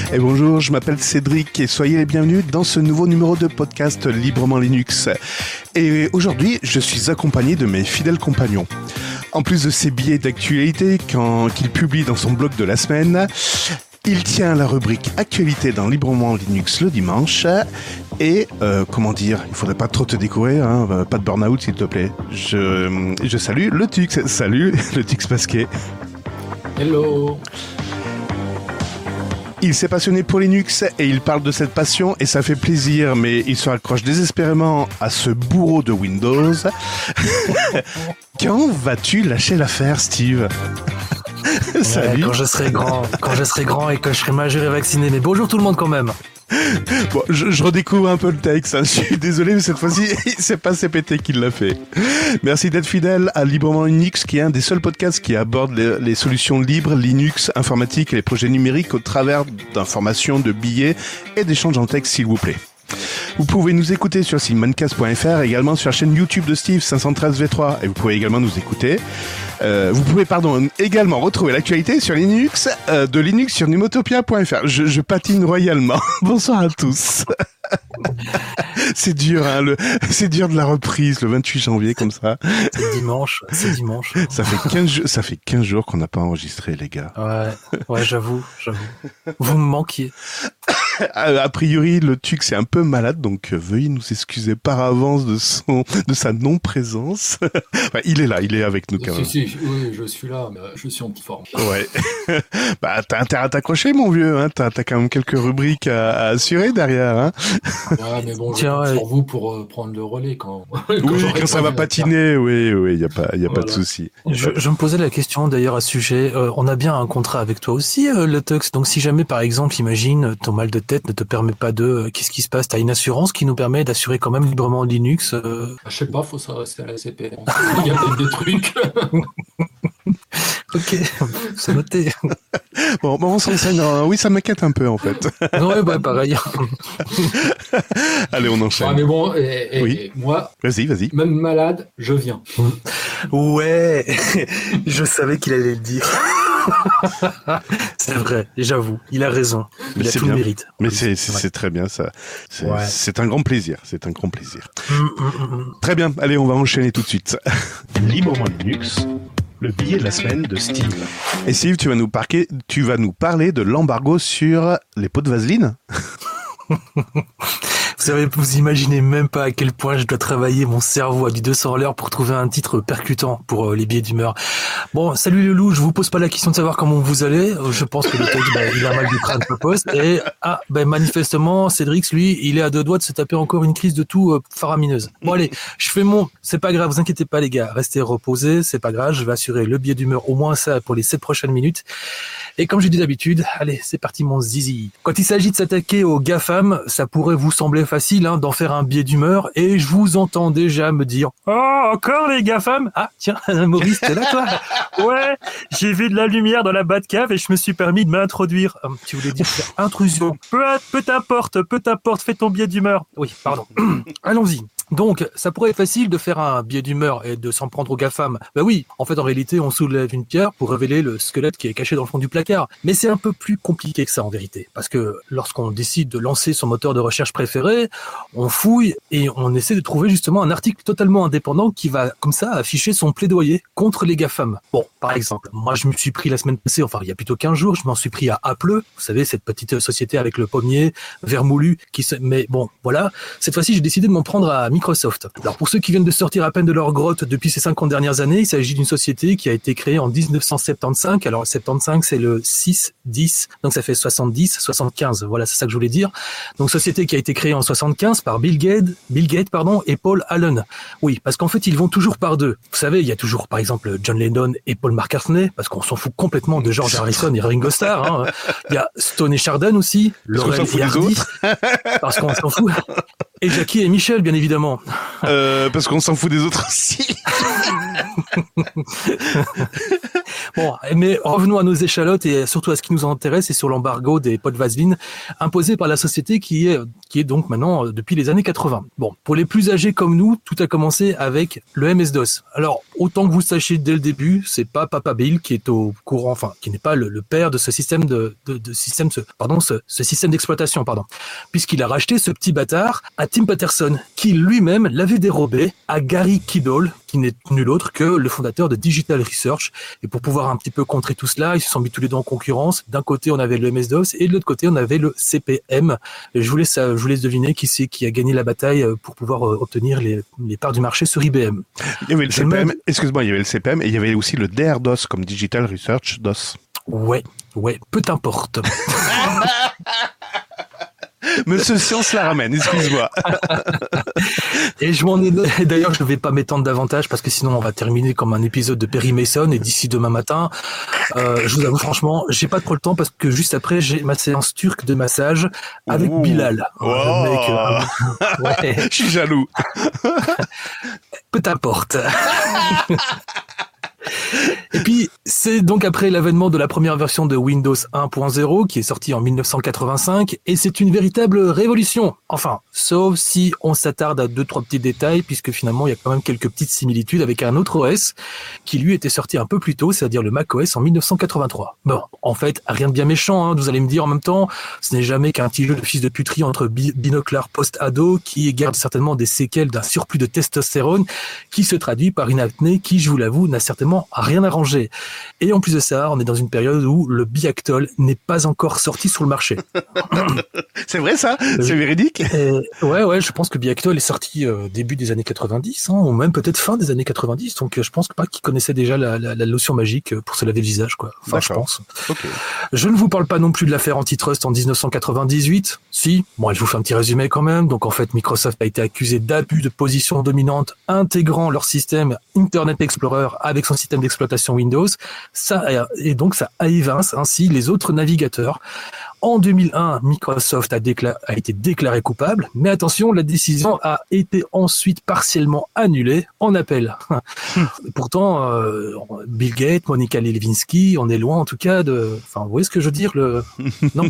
Et bonjour, je m'appelle Cédric et soyez les bienvenus dans ce nouveau numéro de podcast Librement Linux. Et aujourd'hui, je suis accompagné de mes fidèles compagnons. En plus de ses billets d'actualité qu'il publie dans son blog de la semaine, il tient la rubrique Actualité dans Librement Linux le dimanche. Et, il faudrait pas trop te découvrir, hein, pas de burn-out s'il te plaît. Je salue le Tux. Salut, le Tux Pasquet. Hello. Il s'est passionné pour Linux et il parle de cette passion et ça fait plaisir, mais il se raccroche désespérément à ce bourreau de Windows. Quand vas-tu lâcher l'affaire, Steve? Salut. Quand je serai grand et que je serai majeur et vacciné. Mais bonjour tout le monde quand même. Bon, je redécouvre un peu le texte, hein. Je suis désolé, mais cette fois-ci, c'est pas CPT qui l'a fait. Merci d'être fidèle à Librement Linux, qui est un des seuls podcasts qui aborde les solutions libres, Linux, informatique et les projets numériques au travers d'informations, de billets et d'échanges en texte, s'il vous plaît. Vous pouvez nous écouter sur simancast.fr, également sur la chaîne YouTube de Steve 513V3, et vous pouvez également nous écouter. Vous pouvez également retrouver l'actualité sur Linux, de Linux sur numotopia.fr. Je patine royalement. Bonsoir à tous. C'est dur, hein, c'est dur de la reprise, le 28 janvier, comme ça. C'est dimanche. Ça fait 15 jours qu'on n'a pas enregistré, les gars. Ouais, j'avoue. Vous me manquiez. A priori, le Tux est un peu malade, donc veuillez nous excuser par avance de sa non-présence. Enfin, il est là, il est avec nous quand même. Oui, je suis là, mais je suis en petite forme. Ouais. Bah, t'as intérêt à t'accrocher, mon vieux, hein. T'as quand même quelques rubriques à assurer derrière, hein. Ouais, mais bon, je compte sur vous pour prendre le relais quand quand ça va patiner, oui, y a pas de souci. Je me posais la question d'ailleurs à ce sujet. On a bien un contrat avec toi aussi, le Tux. Donc si jamais, par exemple, imagine, ton mal de tête ne te permet pas qu'est-ce qui se passe? T'as une assurance qui nous permet d'assurer quand même librement Linux. Je sais pas, faut ça rester à la CP. Il y a peut-être des trucs. Ok, c'est noté. Bon, on s'enseigne. Oui, ça m'inquiète un peu en fait. Ouais, bah pareil. Allez, on enchaîne. Ah, mais bon, oui. Moi, vas-y. Même malade, je viens. Ouais, je savais qu'il allait le dire. C'est vrai, j'avoue, il a raison. Il a tout le mérite. Mais c'est très bien ça. C'est un grand plaisir. Très bien. Allez, on va enchaîner tout de suite. Librement Linux. Le billet de la semaine de Steve. Et Steve, tu vas nous parler de l'embargo sur les pots de vaseline. Vous savez, vous imaginez même pas à quel point je dois travailler mon cerveau à du 200 à l'heure pour trouver un titre percutant pour les billets d'humeur. Bon, salut les loups, je vous pose pas la question de savoir comment vous allez. Je pense que le texte, il a mal du crâne le poste. Et manifestement, Cédric, lui, il est à deux doigts de se taper encore une crise de toux faramineuse. Bon allez, je fais c'est pas grave, vous inquiétez pas les gars, restez reposés, c'est pas grave, je vais assurer le billet d'humeur au moins ça pour les 7 prochaines minutes. Et comme j'ai dit d'habitude, allez, c'est parti mon zizi. Quand il s'agit de s'attaquer aux GAFAM, ça pourrait vous sembler facile d'en faire un billet d'humeur, et je vous entends déjà me dire « Oh, encore les GAFAM ?» Ah, tiens, Maurice, t'es là toi? Ouais, j'ai vu de la lumière dans la Batcave et je me suis permis de m'introduire. Tu voulais dire intrusion. Peu t'importe, fais ton billet d'humeur. Oui, pardon. Allons-y. Donc, ça pourrait être facile de faire un billet d'humeur et de s'en prendre aux GAFAM. Bah oui, en fait, en réalité, on soulève une pierre pour révéler le squelette qui est caché dans le fond du placard. Mais c'est un peu plus compliqué que ça, en vérité. Parce que lorsqu'on décide de lancer son moteur de recherche préféré, on fouille et on essaie de trouver justement un article totalement indépendant qui va, comme ça, afficher son plaidoyer contre les GAFAM. Bon, par exemple, moi, je me suis pris la semaine passée, enfin, il y a plutôt 15 jours, je m'en suis pris à Apple. Vous savez, cette petite société avec le pommier vermoulu mais bon, voilà. Cette fois-ci, j'ai décidé de m'en prendre à Microsoft. Alors pour ceux qui viennent de sortir à peine de leur grotte depuis ces 50 dernières années, il s'agit d'une société qui a été créée en 1975. Alors 75 c'est le 6-10, donc ça fait 70-75. Voilà, c'est ça que je voulais dire. Donc société qui a été créée en 75 par Bill Gates et Paul Allen. Oui, parce qu'en fait ils vont toujours par deux. Vous savez, il y a toujours par exemple John Lennon et Paul McCartney, parce qu'on s'en fout complètement de George Harrison et Ringo Starr. Il y a Stone et Chardin aussi, Laurel et Hardy, parce qu'on s'en fout. Et Jackie et Michel, bien évidemment. Parce qu'on s'en fout des autres aussi. Bon, mais revenons à nos échalotes et surtout à ce qui nous intéresse, c'est sur l'embargo des pots de vaseline imposé par la société qui est donc maintenant depuis les années 80. Bon, pour les plus âgés comme nous, tout a commencé avec le MS-DOS. Alors, autant que vous sachiez dès le début, c'est pas Papa Bill qui est au courant, enfin, qui n'est pas le père de ce système ce système d'exploitation, puisqu'il a racheté ce petit bâtard à Tim Paterson, qui lui-même l'avait dérobé à Gary Kidall, qui n'est nul autre que le fondateur de Digital Research. Et pour pouvoir un petit peu contrer tout cela, ils se sont mis tous les deux en concurrence. D'un côté, on avait le MS-DOS et de l'autre côté, on avait le CP/M. Et je vous laisse deviner qui a gagné la bataille pour pouvoir obtenir les parts du marché sur IBM. Il y avait le CP/M, excuse-moi, il y avait le CP/M et il y avait aussi le DRDOS comme Digital Research DOS. Ouais, peu importe. Monsieur Science la ramène, excuse-moi. Et d'ailleurs, je ne vais pas m'étendre davantage parce que sinon on va terminer comme un épisode de Perry Mason et d'ici demain matin, je vous avoue franchement, j'ai pas trop le temps parce que juste après j'ai ma séance turque de massage avec Bilal. Wow. Le mec, ouais. Je suis jaloux. Peu importe. Et puis, c'est donc après l'avènement de la première version de Windows 1.0 qui est sortie en 1985 et c'est une véritable révolution. Enfin, sauf si on s'attarde à 2-3 petits détails puisque finalement il y a quand même quelques petites similitudes avec un autre OS qui lui était sorti un peu plus tôt, c'est-à-dire le macOS en 1983. Bon, en fait, rien de bien méchant, hein, vous allez me dire en même temps, ce n'est jamais qu'un petit jeu de fils de puterie entre binoclard post-ado qui garde certainement des séquelles d'un surplus de testostérone qui se traduit par une apnée qui, je vous l'avoue, n'a certainement rien arrangé. Et en plus de ça, on est dans une période où le Biactol n'est pas encore sorti sur le marché. C'est vrai ça ? C'est véridique ? Ouais, je pense que Biactol est sorti début des années 90, ou même peut-être fin des années 90, donc je pense pas qu'ils connaissaient déjà la lotion magique pour se laver le visage, quoi. Enfin, je pense. Okay. Je ne vous parle pas non plus de l'affaire antitrust en 1998. Si, bon, je vous fais un petit résumé quand même. Donc en fait, Microsoft a été accusé d'abus de position dominante intégrant leur système Internet Explorer avec son système d'exploitation Windows. Et donc ça a évince ainsi les autres navigateurs. En 2001, Microsoft a été déclaré coupable, mais attention, la décision a été ensuite partiellement annulée en appel. Pourtant, Bill Gates, Monica Lewinsky, on est loin en tout cas Enfin, vous voyez ce que je veux dire Non.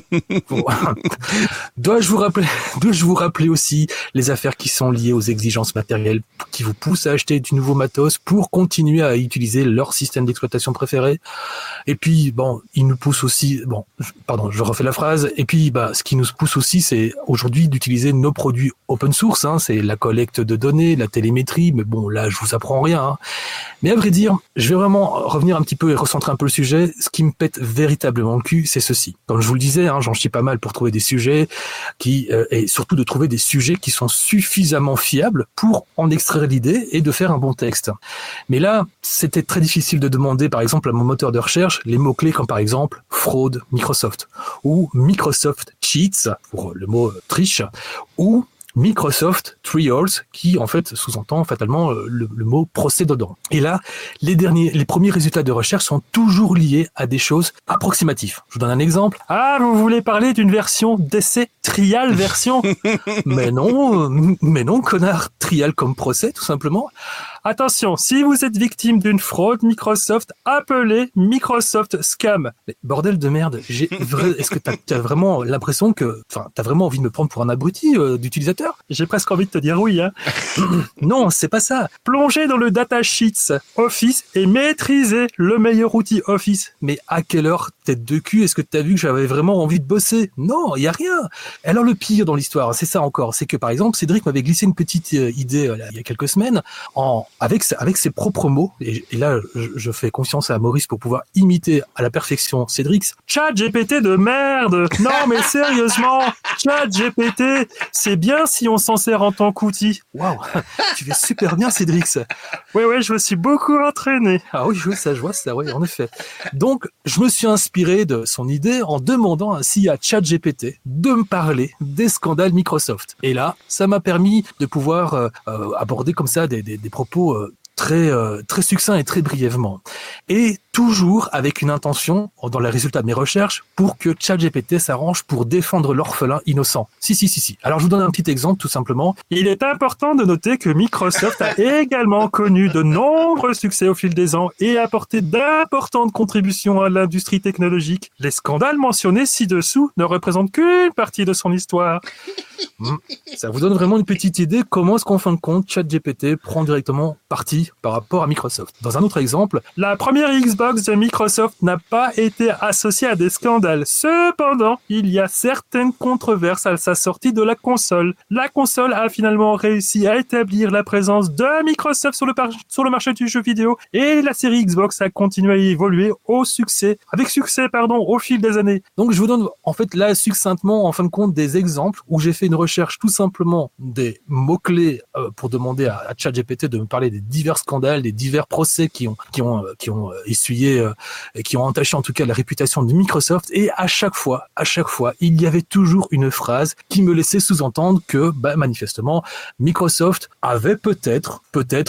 Dois-je vous rappeler aussi les affaires qui sont liées aux exigences matérielles qui vous poussent à acheter du nouveau matos pour continuer à utiliser leur système d'exploitation préféré. Et puis, bon, il nous pousse aussi... Bon, pardon, je refais la phrase. Et puis, ce qui nous pousse aussi, c'est aujourd'hui d'utiliser nos produits open source. C'est la collecte de données, la télémétrie. Mais bon, là, je vous apprends rien. Mais à vrai dire, je vais vraiment revenir un petit peu et recentrer un peu le sujet. Ce qui me pète véritablement le cul, c'est ceci. Comme je vous le disais, j'en chie pas mal pour trouver des sujets et surtout de trouver des sujets qui sont suffisamment fiables pour en extraire l'idée et de faire un bon texte. Mais là, c'était très difficile de demander, par exemple, à mon moteur de recherche, les mots-clés comme par exemple fraude Microsoft ou Microsoft Cheats pour le mot triche ou Microsoft Trials qui en fait sous-entend fatalement le mot procès dedans. Et là, les premiers résultats de recherche sont toujours liés à des choses approximatives. Je vous donne un exemple. Ah, vous voulez parler d'une version d'essai trial version ? Mais non, connard, trial comme procès tout simplement. Attention, si vous êtes victime d'une fraude Microsoft, appelez Microsoft Scam. Mais bordel de merde, est-ce que t'as vraiment l'impression que... Enfin, t'as vraiment envie de me prendre pour un abruti d'utilisateur ? J'ai presque envie de te dire oui. Non, c'est pas ça. Plongez dans le datasheets Office et maîtrisez le meilleur outil Office. Mais à quelle heure, tête de cul, est-ce que t'as vu que j'avais vraiment envie de bosser ? Non, il y a rien. Alors le pire dans l'histoire, c'est ça encore, c'est que par exemple, Cédric m'avait glissé une petite idée il y a quelques semaines avec ses propres mots, et là je fais confiance à Maurice pour pouvoir imiter à la perfection Cédric. ChatGPT de merde. Non mais sérieusement, ChatGPT, c'est bien si on s'en sert en tant qu'outil. Waouh, tu fais super bien Cédric. Ouais, je me suis beaucoup entraîné. Ah oui, je vois ça, oui, en effet. Donc je me suis inspiré de son idée en demandant ainsi à ChatGPT de me parler des scandales Microsoft. Et là, ça m'a permis de pouvoir aborder comme ça des propos très succinct et très brièvement. Et toujours avec une intention, dans les résultats de mes recherches, pour que ChatGPT s'arrange pour défendre l'orphelin innocent. Si. Alors, je vous donne un petit exemple, tout simplement. Il est important de noter que Microsoft a également connu de nombreux succès au fil des ans et apporté d'importantes contributions à l'industrie technologique. Les scandales mentionnés ci-dessous ne représentent qu'une partie de son histoire. Ça vous donne vraiment une petite idée comment est-ce qu'en fin de compte, ChatGPT prend directement parti par rapport à Microsoft. Dans un autre exemple, la première Xbox de Microsoft n'a pas été associée à des scandales. Cependant, il y a certaines controverses à sa sortie de la console. La console a finalement réussi à établir la présence de Microsoft sur le marché du jeu vidéo et la série Xbox a continué à évoluer au fil des années. Donc je vous donne en fait là succinctement en fin de compte des exemples où j'ai fait une recherche tout simplement des mots-clés pour demander à ChatGPT de me parler des divers scandales, des divers procès qui ont essuyé et qui ont entaché en tout cas la réputation de Microsoft et à chaque fois, il y avait toujours une phrase qui me laissait sous-entendre que manifestement Microsoft avait peut-être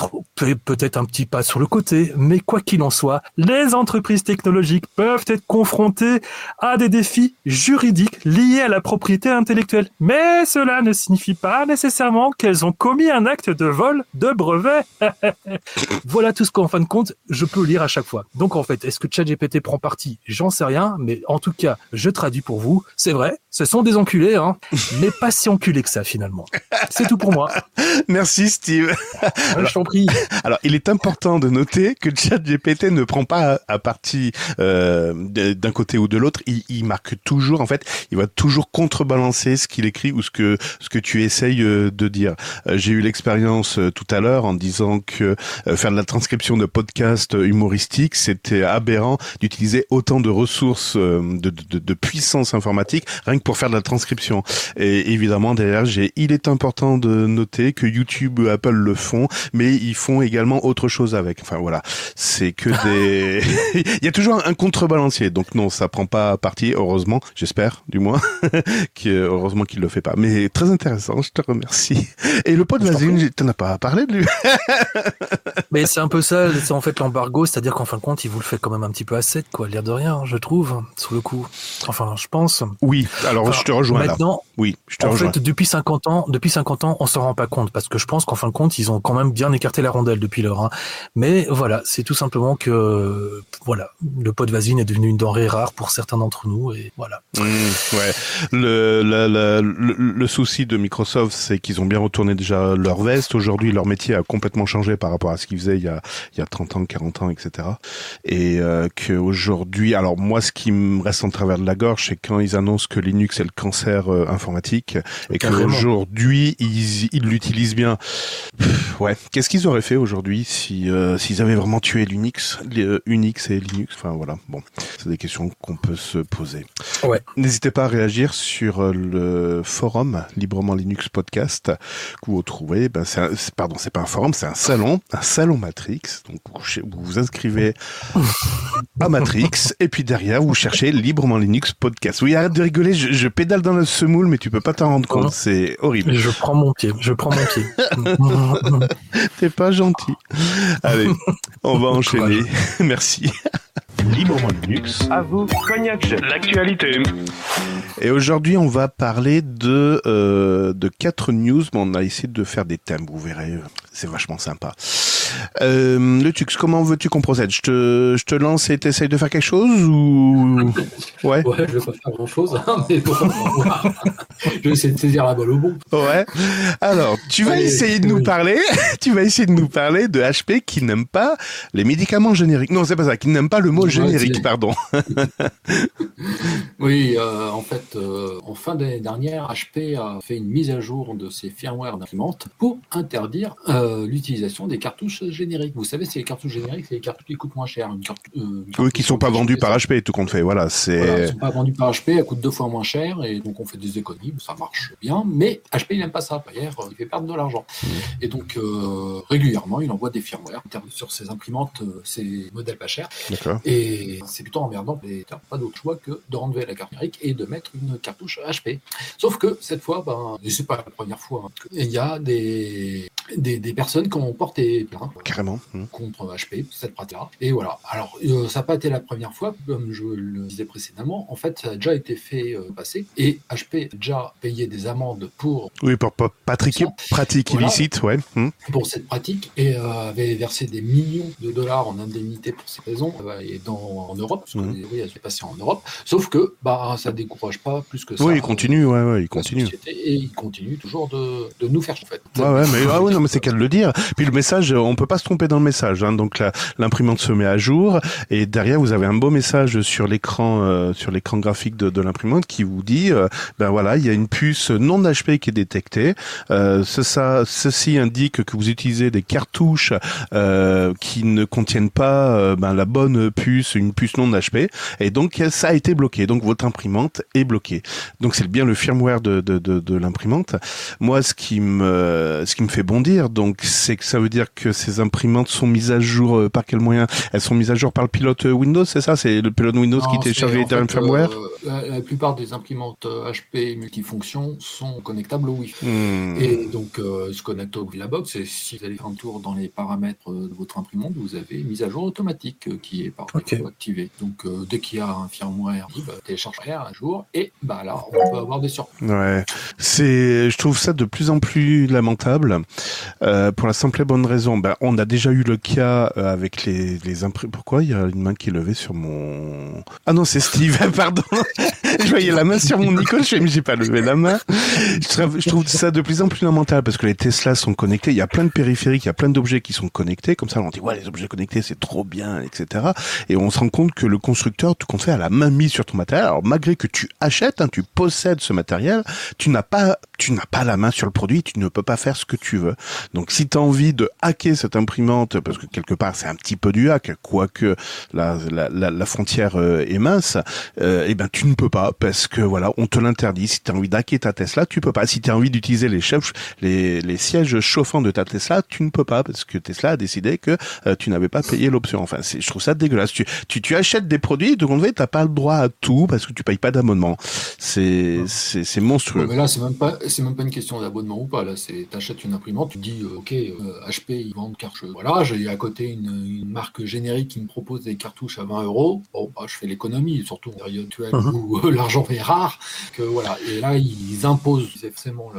un petit pas sur le côté, mais quoi qu'il en soit, les entreprises technologiques peuvent être confrontées à des défis juridiques liés à la propriété intellectuelle. Mais cela ne signifie pas nécessairement qu'elles ont commis un acte de vol de brevet. Voilà tout ce qu'en fin de compte, je peux lire à chaque fois. Donc en fait, est-ce que ChatGPT prend parti ? J'en sais rien, mais en tout cas, je traduis pour vous. C'est vrai, ce sont des enculés, mais pas si enculés que ça finalement. C'est tout pour moi. Merci Steve. Je t'en prie. Alors, il est important de noter que ChatGPT ne prend pas à partie d'un côté ou de l'autre. Il marque toujours, en fait, il va toujours contrebalancer ce qu'il écrit ou ce que tu essayes de dire. J'ai eu l'expérience tout à l'heure en disant que faire de la transcription de podcasts humoristiques, c'était aberrant d'utiliser autant de ressources de puissance informatique rien que pour faire de la transcription. Et évidemment, derrière, il est important de noter que YouTube, Apple le font, mais ils font également autre chose avec. Enfin voilà, c'est que des... Il y a toujours un contrebalancier. Donc non, ça prend pas parti, heureusement, j'espère du moins, heureusement qu'il le fait pas. Mais très intéressant, je te remercie. Et le pot de vaseline, t'en as pas parlé de lui. Mais c'est un peu ça, c'est en fait l'embargo, c'est-à-dire qu'en fin de compte, il vous le fait quand même un petit peu à sec, quoi, l'air de rien, je trouve, sous le coup. Enfin, je pense. Oui, alors je te rejoins maintenant, là. Oui, je te rejoins. En fait, depuis 50 ans, on s'en rend pas compte, parce que je pense qu'en fin de compte, ils ont quand même bien écarté la rondelle depuis lors. Mais voilà, c'est tout simplement que, voilà, le pot de vaseline est devenu une denrée rare pour certains d'entre nous, et voilà. Ouais. Le souci de Microsoft, c'est qu'ils ont bien retourné déjà leur veste. Aujourd'hui, leur métier a complètement changé par rapport à ce qu'ils faisaient il y a 30 ans, 40 ans, etc. Et qu'aujourd'hui, alors moi, ce qui me reste en travers de la gorge, c'est quand ils annoncent que Linux est le cancer informatique et qu'aujourd'hui, ils l'utilisent bien. Ouais. Qu'est-ce qu'ils auraient fait aujourd'hui s'ils avaient vraiment tué Unix et Linux? Enfin voilà. Bon, c'est des questions qu'on peut se poser. Ouais. N'hésitez pas à réagir sur le forum Librement Linux Podcast que vous trouvez. C'est pas un forum, c'est un salon Matrix. Donc vous vous inscrivez à Matrix et puis derrière vous cherchez Librement Linux Podcast. Oui, arrête de rigoler, je pédale dans le semoule, mais tu peux pas t'en rendre compte, c'est horrible. Je prends mon pied. T'es pas gentil. Allez, on va enchaîner. Merci. Librement Linux. À vous, Cognac, l'actualité. Et aujourd'hui, on va parler de 4 news, mais on a essayé de faire des thèmes, vous verrez, c'est vachement sympa. Le Tux, comment veux-tu qu'on procède? Je te lance et t'essayes de faire quelque chose ou... Ouais. Ouais, je vais pas faire grand-chose, mais bon, je vais essayer de saisir la balle au bon. Ouais. Alors, tu vas essayer de nous parler de HP qui n'aime pas les médicaments génériques. Non, c'est pas ça, qui n'aime pas le mot générique, pardon. Oui, en fait, en fin d'année dernière, HP a fait une mise à jour de ses firmware d'imprimantes pour interdire l'utilisation des cartouches génériques. Vous savez, c'est les cartouches génériques, c'est les cartouches qui coûtent moins cher. Oui, qui sont pas vendus par HP, tout compte fait. Voilà, c'est. Voilà, ils sont pas vendus par HP, elles coûtent 2 fois moins cher, et donc on fait des économies, ça marche bien. Mais HP, il n'aime pas ça. Hier, il fait perdre de l'argent. Et donc régulièrement, il envoie des firmware sur ses imprimantes, ses modèles pas chers. D'accord. Et c'est plutôt emmerdant. Et t'as pas d'autre choix que de renlever la carte numérique et de mettre une cartouche HP. Sauf que cette fois, et c'est pas la première fois, il y a des personnes qui ont porté plainte Carrément. contre HP, cette pratique-là. Et voilà. Alors, ça n'a pas été la première fois, comme je le disais précédemment. En fait, ça a déjà été fait passer. Et HP a déjà payé des amendes pour... Oui, pour pratique voilà, illicite, ouais. pour cette pratique, et avait versé des millions de dollars en indemnité pour ces raisons, et en Europe, parce que oui, elle s'est passée en Europe. Sauf que ça ne décourage pas plus que ça. Oui, il continue, il continue. Et il continue toujours de nous faire, en fait. Mais c'est qu'à le dire. Puis le message, on peut pas se tromper dans le message. Donc l'imprimante se met à jour et derrière vous avez un beau message sur l'écran graphique de l'imprimante qui vous dit, il y a une puce non HP qui est détectée. Ceci indique que vous utilisez des cartouches qui ne contiennent pas la bonne puce, une puce non HP, et donc ça a été bloqué. Donc votre imprimante est bloquée. Donc c'est bien le firmware de l'imprimante. Moi, ce qui me fait bondir, donc, c'est que ça veut dire que ces imprimantes sont mises à jour par quel moyen? Elles sont mises à jour par le pilote Windows, c'est ça? C'est le pilote Windows qui télécharge les derniers firmware? La plupart des imprimantes HP multifonctions sont connectables au Wi-Fi. Et donc, se connectent au Wilabox, et si vous allez faire un tour dans les paramètres de votre imprimante, vous avez une mise à jour automatique qui est par défaut activée. Donc, dès qu'il y a un firmware, télécharger à jour, et là, on peut avoir des surprises. Ouais. Je trouve ça de plus en plus lamentable, pour la simple et bonne raison. On a déjà eu le cas avec les imprimantes. Pourquoi il y a une main qui est levée sur mon... Ah non, c'est Steve, pardon. Je voyais la main sur mon icône, mais j'ai pas levé la main. Je trouve ça de plus en plus lamentable parce que les Tesla sont connectés. Il y a plein de périphériques, il y a plein d'objets qui sont connectés. Comme ça, on dit, les objets connectés, c'est trop bien, etc. Et on se rend compte que le constructeur, tout compte fait, a la main mise sur ton matériel. Alors, malgré que tu achètes, tu possèdes ce matériel, tu n'as pas la main sur le produit, tu ne peux pas faire ce que tu veux. Donc, si tu as envie de hacker cette imprimante, parce que quelque part, c'est un petit peu du hack, quoique la frontière est mince, tu ne peux pas, parce que on te l'interdit. Si tu as envie d'hacker ta Tesla, tu peux pas. Si tu as envie d'utiliser les sièges chauffants de ta Tesla, tu ne peux pas, parce que Tesla a décidé que tu n'avais pas payé l'option. Enfin, je trouve ça dégueulasse. Tu achètes des produits, de compte fait, t'as pas le droit à tout, parce que tu payes pas d'abonnement. C'est monstrueux. Mais là, c'est même pas une question d'abonnement ou pas. Là, t'achètes une imprimante, tu dis, HP, ils vendent cartouches. Voilà, j'ai à côté une marque générique qui me propose des cartouches à 20 €. Bon, je fais l'économie, surtout en période actuelle où l'argent est rare. Et là, ils imposent forcément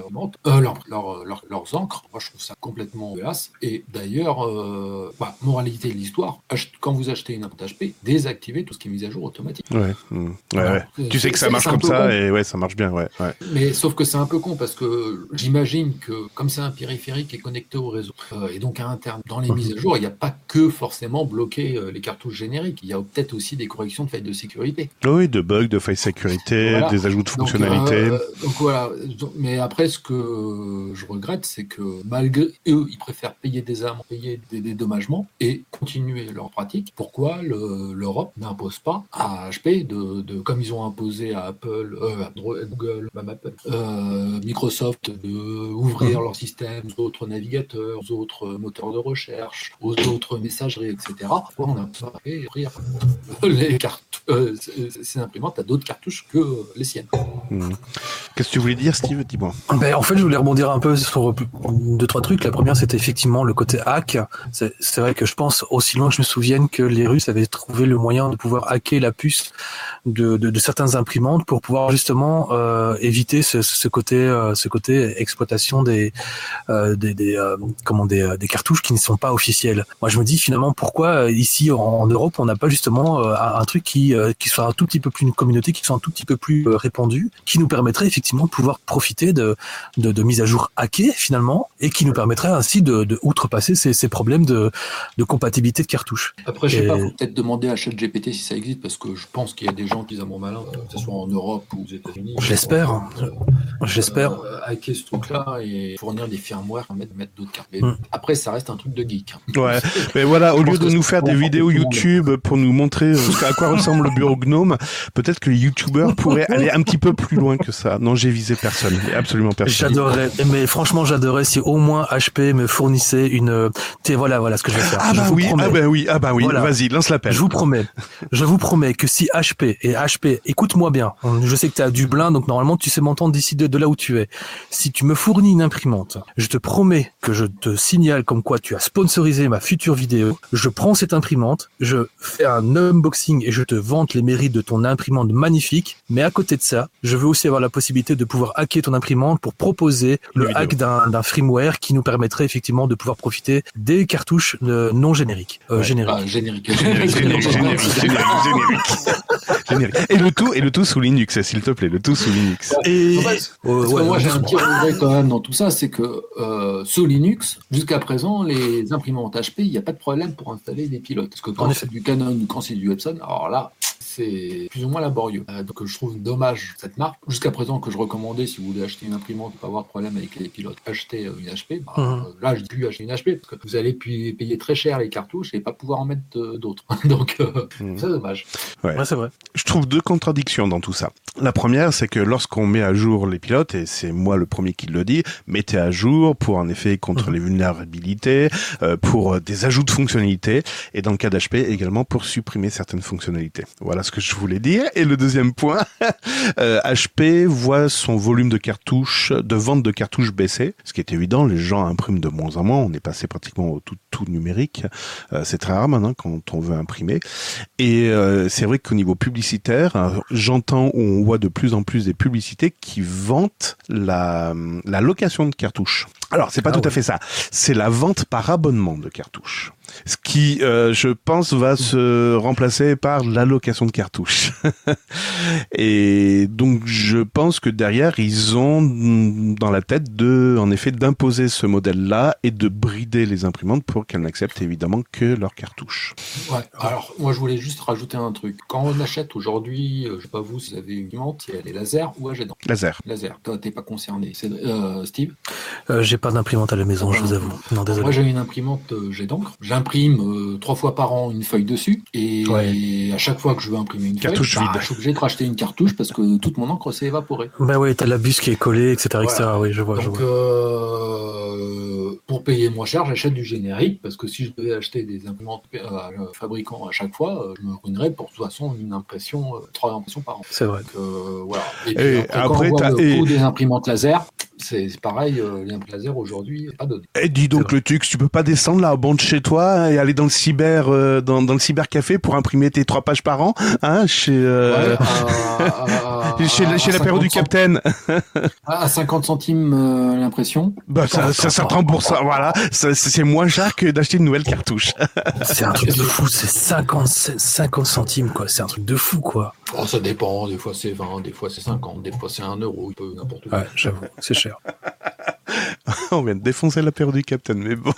leurs encres. Moi, je trouve ça complètement dégueulasse. Et d'ailleurs, moralité de l'histoire, quand vous achetez une imprimante HP, désactivez tout ce qui est mis à jour automatique. Ouais. Tu sais que ça marche comme ça, et ça marche bien, ouais. Mais sauf que c'est un peu con, parce que j'imagine que comme c'est un périphérique qui est connecté au réseau, et donc à interne, dans les mises à jour, il n'y a pas que forcément bloquer les cartouches génériques. Il y a peut-être aussi des corrections de failles de sécurité. Oui, de bugs, de failles de sécurité, des ajouts de fonctionnalités. Donc voilà. Mais après, ce que je regrette, c'est que malgré eux, ils préfèrent payer des amendes, payer des dédommagements et continuer leur pratique. Pourquoi l'Europe n'impose pas à HP comme ils ont imposé à Apple, à Google, même Apple, Microsoft, de ouvrir leur système aux autres navigateurs, aux autres moteurs de recherche, aux autres messageries, etc. Pourquoi on n'a pas fait ouvrir les ces imprimantes à d'autres cartouches que les siennes? Qu'est-ce que tu voulais dire, Steve? Dis-moi. En fait, je voulais rebondir un peu sur 2-3 trucs. La première, c'était effectivement le côté hack. C'est vrai que je pense, aussi loin que je me souvienne, que les Russes avaient trouvé le moyen de pouvoir hacker la puce de certaines imprimantes pour pouvoir justement éviter ce côté exploitation des cartouches qui ne sont pas officielles. Moi, je me dis finalement pourquoi ici en Europe on n'a pas justement un truc qui soit un tout petit peu plus, une communauté qui soit un tout petit peu plus répandue, qui nous permettrait effectivement de pouvoir profiter de mises à jour hackées finalement, et qui nous permettrait ainsi de outrepasser ces problèmes de compatibilité de cartouches. Après, je sais pas, faut peut-être demander à ChatGPT si ça existe, parce que je pense qu'il y a des gens qui sont malins, que ce soit en Europe ou aux États-Unis. J'espère. Hacker ce truc-là et fournir des firmware, mettre d'autres cartes. Mais après, ça reste un truc de geek. Ouais, Mais voilà, au Je lieu pense de que nous c'est faire des bon pour vidéos tout le monde. YouTube pour nous montrer à quoi ressemble le bureau Gnome, peut-être que les YouTubeurs pourraient aller un petit peu plus loin que ça. Non, j'ai visé personne, mais absolument personne. J'adorerais, mais franchement, j'adorerais si au moins HP me fournissait une. Voilà ce que je vais faire. Ah Je bah vous oui, promets. ah bah oui. Voilà. Vas-y, lance l'appel. Je vous promets que si HP, écoute-moi bien, je sais que tu as du blin, donc normalement tu sais m'entendre d'ici de là où tu es. Si tu me fournis une imprimante, je te promets que je te signale comme quoi tu as sponsorisé ma future vidéo. Je prends cette imprimante, je fais un unboxing et je te vante les mérites de ton imprimante magnifique. Mais à côté de ça, je veux aussi avoir la possibilité de pouvoir hacker ton imprimante pour proposer Une le vidéo. hack d'un firmware qui nous permettrait effectivement de pouvoir profiter des cartouches non génériques. Génériques. Ah, générique. Générique. Et le tout sous Linux, s'il te plaît, le tout sous Linux. Et Parce que moi, j'ai un petit regret quand même dans tout ça, c'est que sous Linux, jusqu'à présent, les imprimantes HP, il n'y a pas de problème pour installer des pilotes. Parce que En quand effet. c'est du Canon ou quand c'est du Epson, alors là, c'est plus ou moins laborieux. Donc je trouve dommage cette marque. Jusqu'à présent, que je recommandais, si vous voulez acheter une imprimante, pas avoir de problème avec les pilotes, acheter une HP. Là, je dis plus acheter une HP, parce que vous allez payer très cher les cartouches et pas pouvoir en mettre d'autres. Donc, c'est dommage. Ouais. Ouais, c'est vrai. Je trouve deux contradictions dans tout ça. La première, c'est que lorsqu'on met à jour les pilotes, et c'est moi le premier qui le dit, mettez à jour pour en effet contre les vulnérabilités, pour des ajouts de fonctionnalités, et dans le cas d'HP également pour supprimer certaines fonctionnalités. Voilà ce que je voulais dire. Et le deuxième point, HP voit son volume de vente de cartouches baisser, ce qui est évident, les gens impriment de moins en moins, on est passé pratiquement au tout numérique, c'est très rare maintenant quand on veut imprimer. Et c'est vrai qu'au niveau publicitaire, j'entends ou on voit de plus en plus des publicités qui vantent la location de cartouches. Alors, c'est pas tout à fait ça. C'est la vente par abonnement de cartouches. Ce qui, je pense, va se remplacer par l'allocation de cartouches. Et donc, je pense que derrière, ils ont dans la tête en effet, d'imposer ce modèle-là et de brider les imprimantes pour qu'elles n'acceptent évidemment que leurs cartouches. Ouais. Alors, moi, je voulais juste rajouter un truc. Quand on achète aujourd'hui, je sais pas vous, si vous avez une imprimante, si elle est laser ou à jet d'encre. Laser. Toi, t'es pas concerné. C'est Steve. J'ai pas d'imprimante à la maison, je vous avoue. Non, désolé. Moi, j'ai une imprimante jet d'encre. J'imprime 3 fois par an une feuille dessus. Et à chaque fois que je veux imprimer une Cartouche feuille, vide. je suis obligé de racheter une cartouche parce que toute mon encre s'est évaporée. Bah ouais, t'as la buse qui est collée, etc., etc. Voilà. Oui, je vois. Donc, pour payer moins cher, j'achète du générique parce que si je devais acheter des imprimantes fabricants à chaque fois, je me ruinerais pour de toute façon une impression, 3 impressions par an. C'est vrai. Donc, voilà. Et Et puis après, quand on voit t'as- le coût des imprimantes laser, c'est pareil, les imprimantes laser aujourd'hui, c'est pas donné. Et dis donc le Tux, tu peux pas descendre là au banc de chez toi et aller dans le dans le cybercafé pour imprimer tes 3 pages par an, hein, chez chez l'apéro du Capitaine. À 50 centimes l'impression. Bah ça te rembourse, voilà, c'est moins cher que d'acheter une nouvelle cartouche. C'est un truc de fou, c'est 50 centimes, quoi. C'est un truc de fou, quoi. Oh, ça dépend, des fois c'est 20, des fois c'est 50, des fois c'est 1 euro, il peut n'importe où. Ouais, j'avoue, c'est cher. On vient de défoncer l'apéro du Capitaine, mais bon.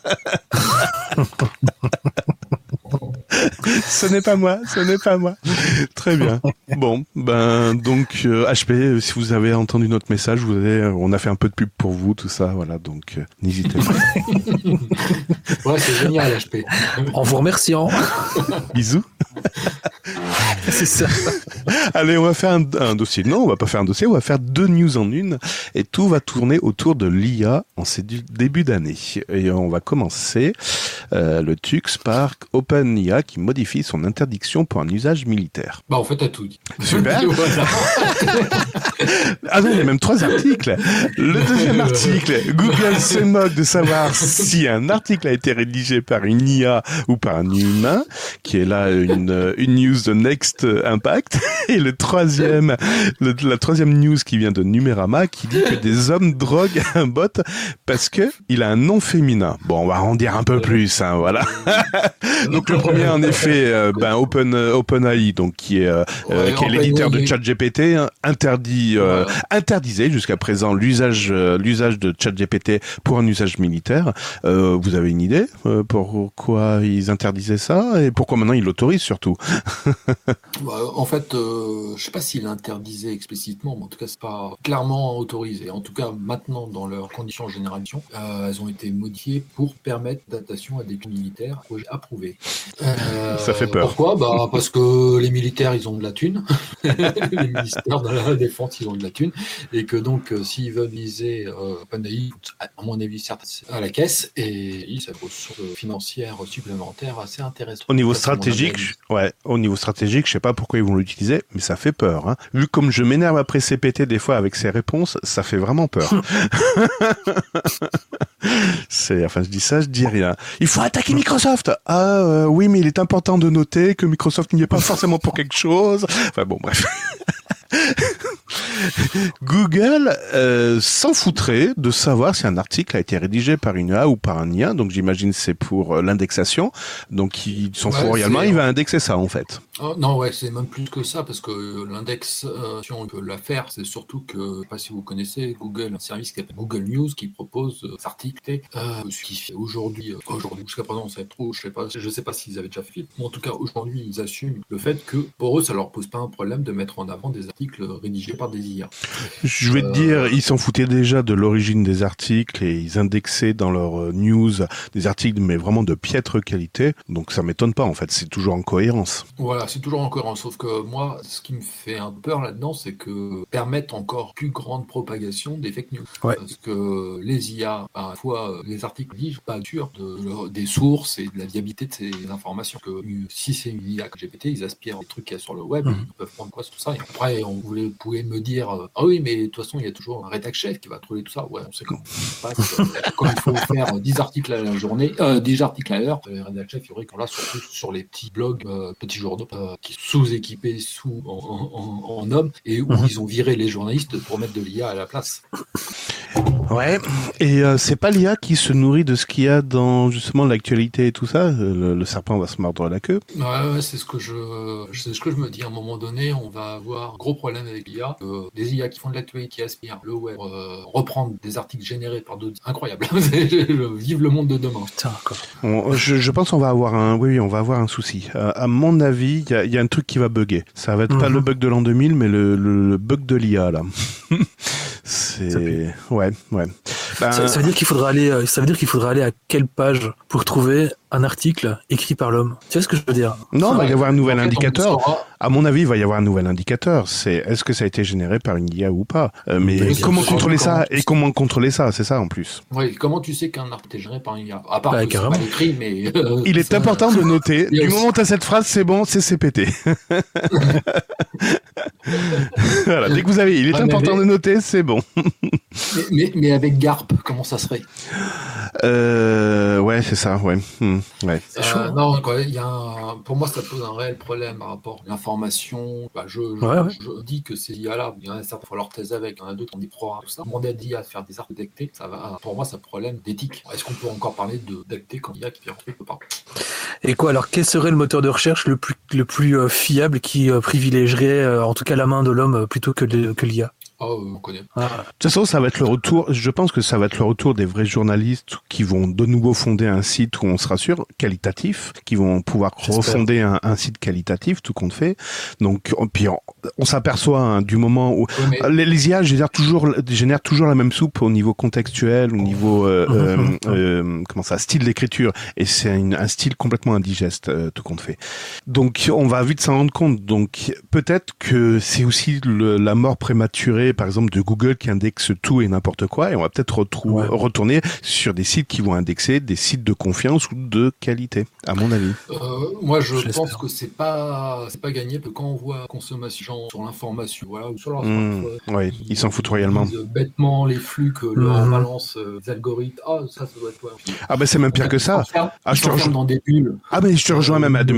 Ce n'est pas moi. Très bien. Bon, ben donc HP, si vous avez entendu notre message, on a fait un peu de pub pour vous, tout ça, voilà, donc n'hésitez pas. Ouais, c'est génial HP. En vous remerciant. Bisous. C'est ça. Allez, on va faire un dossier. Non, on va pas faire un dossier, on va faire 2 news en une, et tout va tourner autour de l'IA en ces début d'année. Et on va commencer le Tux par OpenIA qui modifie son interdiction pour un usage militaire. Bah en fait, t'as tout dit. Super. Voilà. Ah non, il y a même 3 articles. Le deuxième article, Google se moque de savoir si un article a été rédigé par une IA ou par un humain, qui est là une news de Next Impact. Et la troisième news qui vient de Numérama, qui dit que des hommes droguent un bot parce que il a un nom féminin. Bon, on va en dire un peu plus, hein, voilà. Donc le premier, en effet, OpenAI, donc qui est l'éditeur de ChatGPT, interdisait jusqu'à présent l'usage de ChatGPT pour un usage militaire. Vous avez une idée pourquoi ils interdisaient ça et pourquoi maintenant ils l'autorisent surtout? En fait, je sais pas s'ils l'interdisaient explicitement, mais en tout cas, c'est pas clairement autorisé. En tout cas, maintenant, dans leurs conditions de génération, elles ont été modifiées pour permettre l'adaptation à des militaires, projet approuvé. Ça fait peur. Pourquoi ? Parce que les militaires, ils ont de la thune. Les ministères de la Défense, ils ont de la thune. Et que donc, s'ils veulent viser OpenAI, à mon avis, certes, à la caisse, et ça pose une source financière supplémentaire assez intéressante. Au niveau stratégique, je sais pas pourquoi ils vont l'utiliser, mais ça fait peur. Hein. Vu comme je m'énerve après CPT des fois avec ses réponses, ça fait vraiment peur. Je dis ça, je dis rien. Il faut attaquer Microsoft. Oui, mais il est important de noter que Microsoft n'y est pas forcément pour quelque chose. Enfin bon, bref. Google s'en foutrait de savoir si un article a été rédigé par une IA ou par un IA, donc j'imagine c'est pour l'indexation, donc il s'en fout réellement, il va indexer ça en fait. Non, c'est même plus que ça, parce que l'indexation, il peut la faire, c'est surtout que, je sais pas si vous connaissez, Google, un service qui s'appelle Google News, qui propose des articles, ce qui fait aujourd'hui, jusqu'à présent, on sait trop, je sais pas s'ils avaient déjà fait, mais en tout cas, aujourd'hui, ils assument le fait que, pour eux, ça leur pose pas un problème de mettre en avant des articles rédigés par des IA. Je vais te dire, ils s'en foutaient déjà de l'origine des articles et ils indexaient dans leurs news des articles, mais vraiment de piètre qualité, donc ça m'étonne pas, en fait, c'est toujours en cohérence. Voilà, c'est toujours en cohérence, sauf que moi, ce qui me fait un peu peur là-dedans, c'est que permettre encore plus grande propagation des fake news. Ouais. Parce que les IA, parfois, les articles disent pas sûr des sources et de la viabilité de ces informations. Que si c'est une IA que GPT, ils aspirent des trucs qu'il y a sur le web, ils peuvent prendre quoi sur tout ça. Et après, vous pouvez me dire, ah oui, mais de toute façon, il y a toujours un rédac chef qui va trouver tout ça. Ouais, on sait comment ça se passe. Quand il faut faire 10 articles à la journée, 10 articles à l'heure, les rédac chefs, il y aurait qu'on l'a surtout sur les petits blogs, petits journaux, qui sont sous-équipés en hommes et où ils ont viré les journalistes pour mettre de l'IA à la place. Ouais, et c'est pas l'IA qui se nourrit de ce qu'il y a dans justement l'actualité et tout ça. Le serpent va se mordre la queue. Ouais, c'est ce que je me dis. À un moment donné, on va avoir un gros problème avec l'IA. Des IA qui font de l'actualité, qui aspirent le web, reprendre des articles générés par d'autres. Incroyable. Vive le monde de demain. Putain, quoi. Je pense qu'on va avoir on va avoir un souci. À mon avis, il y a un truc qui va bugger. Ça va être pas le bug de l'an 2000, mais le bug de l'IA là. Ouais. Ça veut dire qu'il faudra aller à quelle page pour trouver un article écrit par l'homme? Tu vois ce que je veux dire? Non, il va y avoir un nouvel indicateur. À mon avis, il va y avoir un nouvel indicateur. C'est est-ce que ça a été généré par une IA ou pas? Mais comment contrôler ça? Et comment contrôler ça? C'est ça en plus. Oui, comment tu sais qu'un article est généré par une IA? À part que c'est pas écrit, mais... Il est important de noter. Du moment où tu as cette phrase, c'est bon, c'est CPT. Voilà, dès que vous avez... Il est important de noter, c'est bon. mais avec GARP, comment ça serait? Ouais, c'est ça, ouais. Ouais. C'est chaud. Non, quoi, pour moi, ça pose un réel problème par rapport à l'information. Je dis que ces IA-là, il y en a certains qui font leur thèse avec, il y en a d'autres qui ont des programmes, tout ça. Demander à l'IA de faire des articles détectés, pour moi, c'est un problème d'éthique. Est-ce qu'on peut encore parler de détecter quand l'IA qui fait un truc ou pas? Et quoi, alors, quel serait le moteur de recherche le plus fiable qui privilégierait, en tout cas, la main de l'homme plutôt que l'IA? On connaît. De toute façon, ça va être le retour. Je pense que ça va être le retour des vrais journalistes qui vont de nouveau fonder un site où on sera sûr, qualitatif, qui vont pouvoir refonder un site qualitatif, tout compte fait. Donc, puis on s'aperçoit du moment où les IA génèrent toujours la même soupe au niveau contextuel, au niveau style d'écriture, et c'est un style complètement indigeste, tout compte fait. Donc, on va vite s'en rendre compte. Donc, peut-être que c'est aussi la mort prématurée, par exemple, de Google qui indexe tout et n'importe quoi, et on va peut-être retourner sur des sites qui vont indexer des sites de confiance ou de qualité, à mon avis. Moi, je pense que c'est pas gagné, parce que quand on voit consommation sur l'information, ou sur leur smartphone, ils s'en foutent réellement. Bêtement les flux que leur balance les algorithmes. Ça doit être quoi? C'est même pire que ça. Je te rejoins dans des bulles. Mais je te rejoins même à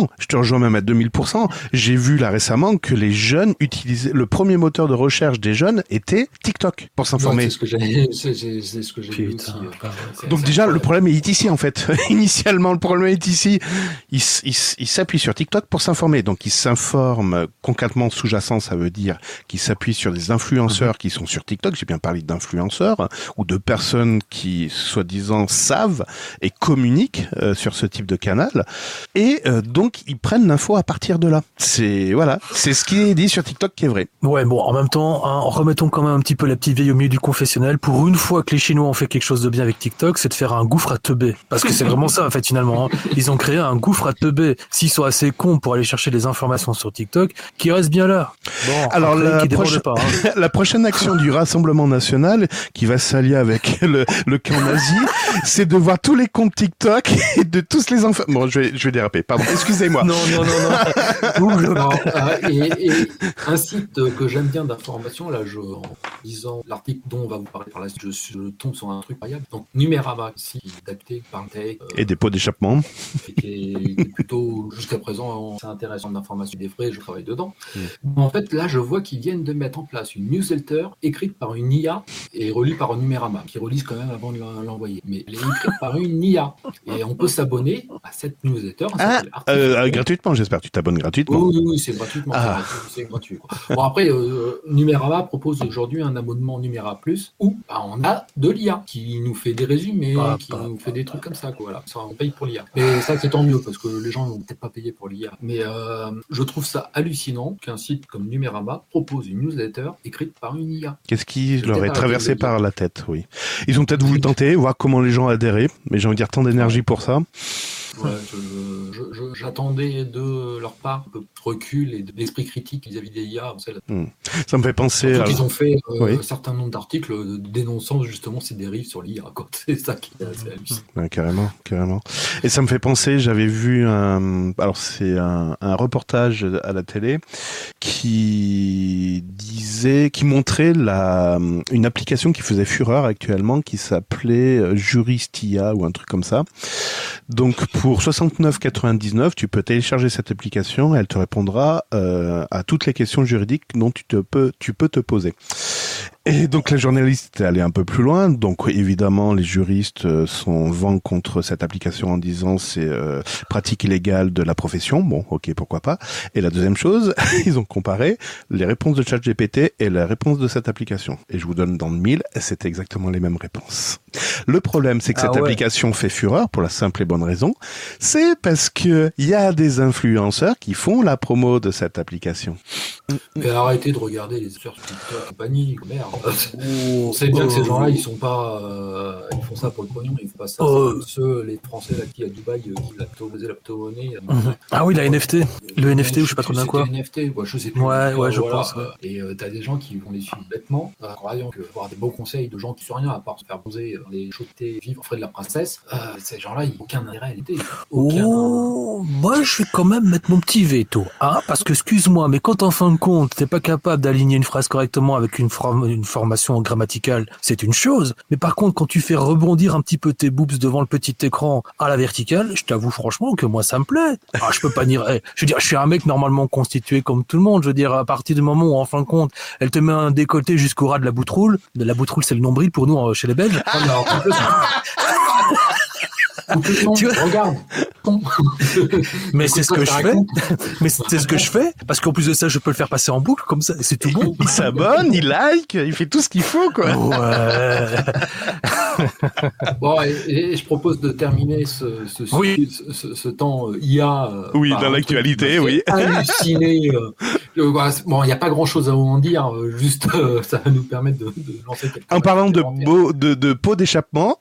2000%. J'ai vu là récemment que les jeunes utilisaient le premier moteur de recherche des jeunes était TikTok pour s'informer. C'est ce que j'ai vu aussi. Donc déjà, le problème est ici en fait. Initialement, le problème est ici. Ils s'appuient sur TikTok pour s'informer. Donc ils s'informent concrètement sous-jacent, ça veut dire qu'ils s'appuient sur des influenceurs qui sont sur TikTok. J'ai bien parlé d'influenceurs ou de personnes qui soi-disant savent et communiquent sur ce type de canal. Et donc ils prennent l'info à partir de là. C'est ce qui est dit sur TikTok qui est vrai. Ouais, bon, en même temps, remettons quand même un petit peu la petite vieille au milieu du confessionnal. Pour une fois que les Chinois ont fait quelque chose de bien avec TikTok, c'est de faire un gouffre à teubé. Parce que c'est vraiment ça, en fait, finalement. Hein. Ils ont créé un gouffre à teubé. S'ils sont assez cons pour aller chercher des informations sur TikTok, qui restent bien là. Bon, alors après, la prochaine action du Rassemblement National, qui va s'allier avec le camp nazi, c'est de voir tous les comptes TikTok et de tous les enfants. Bon, je vais déraper. Pardon. Excusez-moi. Non. Non, et un site que j'aime bien d'information, là, en lisant l'article dont on va vous parler par la suite, je tombe sur un truc incroyable. Donc, Numérama, ici, adapté par Tech. Et des pots d'échappement. Qui est plutôt, jusqu'à présent, c'est intéressant d'information des frais, je travaille dedans. En fait, là, je vois qu'ils viennent de mettre en place une newsletter écrite par une IA et relue par un Numérama, qui relise quand même avant de l'envoyer. Mais elle est écrite par une IA. Et on peut s'abonner à cette newsletter. Gratuitement, j'espère. Tu t'abonnes gratuitement. Oui, c'est gratuitement. C'est gratuit. Quoi. Bon, après, Numérama propose aujourd'hui un abonnement Numéra Plus où on a de l'IA qui nous fait des résumés, nous fait des trucs comme ça. Quoi, voilà. Ça, on paye pour l'IA. Mais ça, c'est tant mieux parce que les gens ne vont peut-être pas payer pour l'IA. Mais je trouve ça hallucinant qu'un site comme Numérama propose une newsletter écrite par une IA. Qu'est-ce qui leur est traversé par la tête, oui. Ils ont peut-être voulu tenter, voir comment les gens adhéraient, mais j'ai envie de dire tant d'énergie pour ça. Ouais, j'attendais de leur part un peu de recul et d'esprit critique vis-à-vis des IA. Ça me fait penser à... Ils ont fait un certain nombre d'articles dénonçant justement ces dérives sur l'IA. C'est ça qui est assez hallucinant. Ouais, carrément. Et ça me fait penser, j'avais vu un reportage à la télé qui montrait une application qui faisait fureur actuellement qui s'appelait Juristia ou un truc comme ça. Donc pour 69,99, tu peux télécharger cette application et elle te répondra à toutes les questions juridiques dont tu peux te poser. Et donc la journaliste est allée un peu plus loin, donc évidemment les juristes sont vent contre cette application en disant c'est pratique illégale de la profession, bon ok pourquoi pas. Et la deuxième chose, ils ont comparé les réponses de ChatGPT et la réponse de cette application. Et je vous donne dans le mille, c'est exactement les mêmes réponses. Le problème c'est que cette application fait fureur pour la simple et bonne raison, c'est parce que il y a des influenceurs qui font la promo de cette application. Mais arrêtez de regarder les affaires sur TikTok et compagnie, merde. On sait bien que ces gens-là, ils sont pas, ils font ça pour le pognon, ils font pas ça. Les Français là qui à Dubaï qui faisaient la crypto-monnaie. Ah oui, la NFT, le NFT ou je sais pas trop bien quoi. NFT, je sais plus. Ouais, je pense. Et t'as des gens qui vont les suivre bêtement, croyant que avoir des bons conseils de gens qui sont rien à part se faire bronzer, les choter, vivre aux frais de la princesse. Ces gens-là, ils n'ont aucun intérêt à l'été. Moi, je vais quand même mettre mon petit veto, parce que excuse-moi, mais quand en fin de compte, t'es pas capable d'aligner une phrase correctement avec une formation grammaticale, c'est une chose. Mais par contre, quand tu fais rebondir un petit peu tes boobs devant le petit écran à la verticale, je t'avoue franchement que moi, ça me plaît. Je peux pas dire, je veux dire, je suis un mec normalement constitué comme tout le monde. Je veux dire, à partir du moment où, en fin de compte, elle te met un décolleté jusqu'au ras de la boutroule. De la boutroule, c'est le nombril pour nous, chez les Belges. Tu regarde. Mais c'est ce que je fais. Mais c'est ce que je fais. Parce qu'en plus de ça, je peux le faire passer en boucle comme ça. C'est tout bon. Il s'abonne, il like, il fait tout ce qu'il faut, quoi. Ouais. Bon, et je propose de terminer ce temps IA. Dans l'actualité, oui. Halluciné. Bon, il n'y a pas grand-chose à en dire. Juste, ça va nous permettre de lancer quelque chose. En parlant de pots d'échappement,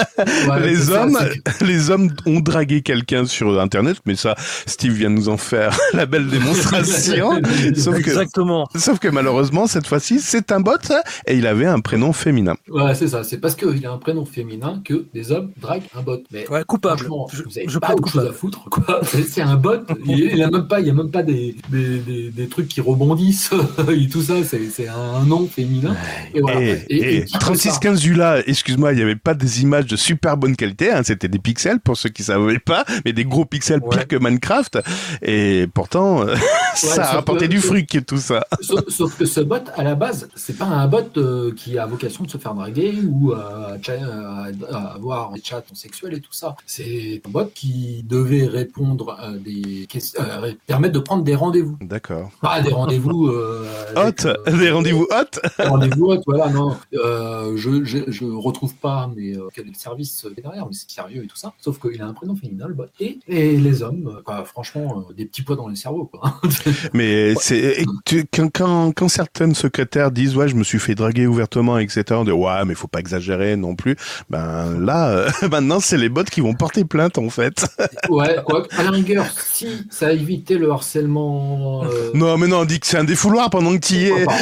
les hommes ont dragué quelqu'un sur Internet, mais ça, Steve vient de nous en faire la belle démonstration. Sauf que malheureusement, cette fois-ci, c'est un bot et il avait un prénom féminin. Ouais, c'est ça. C'est parce qu'il a un prénom féminin que des hommes draguent un bot. Mais coupable. Vous avez pas autre chose à foutre, quoi. C'est un bot. Il y a même pas des trucs qui rebondissent et tout ça. C'est un nom féminin. Et voilà. Et 3615 ULA, excuse-moi, il n'y avait pas des images de super bonne qualité, c'était des pixels pour ceux qui savaient pas, mais des gros pixels pire que Minecraft. Et pourtant, ça a rapporté du fric et tout ça. Sauf que ce bot, à la base, c'est pas un bot qui a vocation de se faire draguer ou à avoir des chats sexuels et tout ça. C'est un bot qui devait répondre à des questions, permettre de prendre des rendez-vous. D'accord. Pas des rendez-vous des rendez-vous hot. Des rendez-vous hot, voilà, non. Je retrouve pas, mais quel est le service derrière, mais c'est sérieux et tout ça. Sauf qu'il a un prénom féminin, le bot. et les hommes, franchement, des petits poids dans les cerveaux, quoi. Mais quand certaines secrétaires disent ouais, je me suis fait draguer ouvertement, etc. On dit ouais, mais faut pas exagérer non plus. Ben là, maintenant c'est les bots qui vont porter plainte en fait. Ouais, quoi. À la rigueur, si ça a évité le harcèlement. Non, mais non, on dit que c'est un défouloir pendant que tu y es.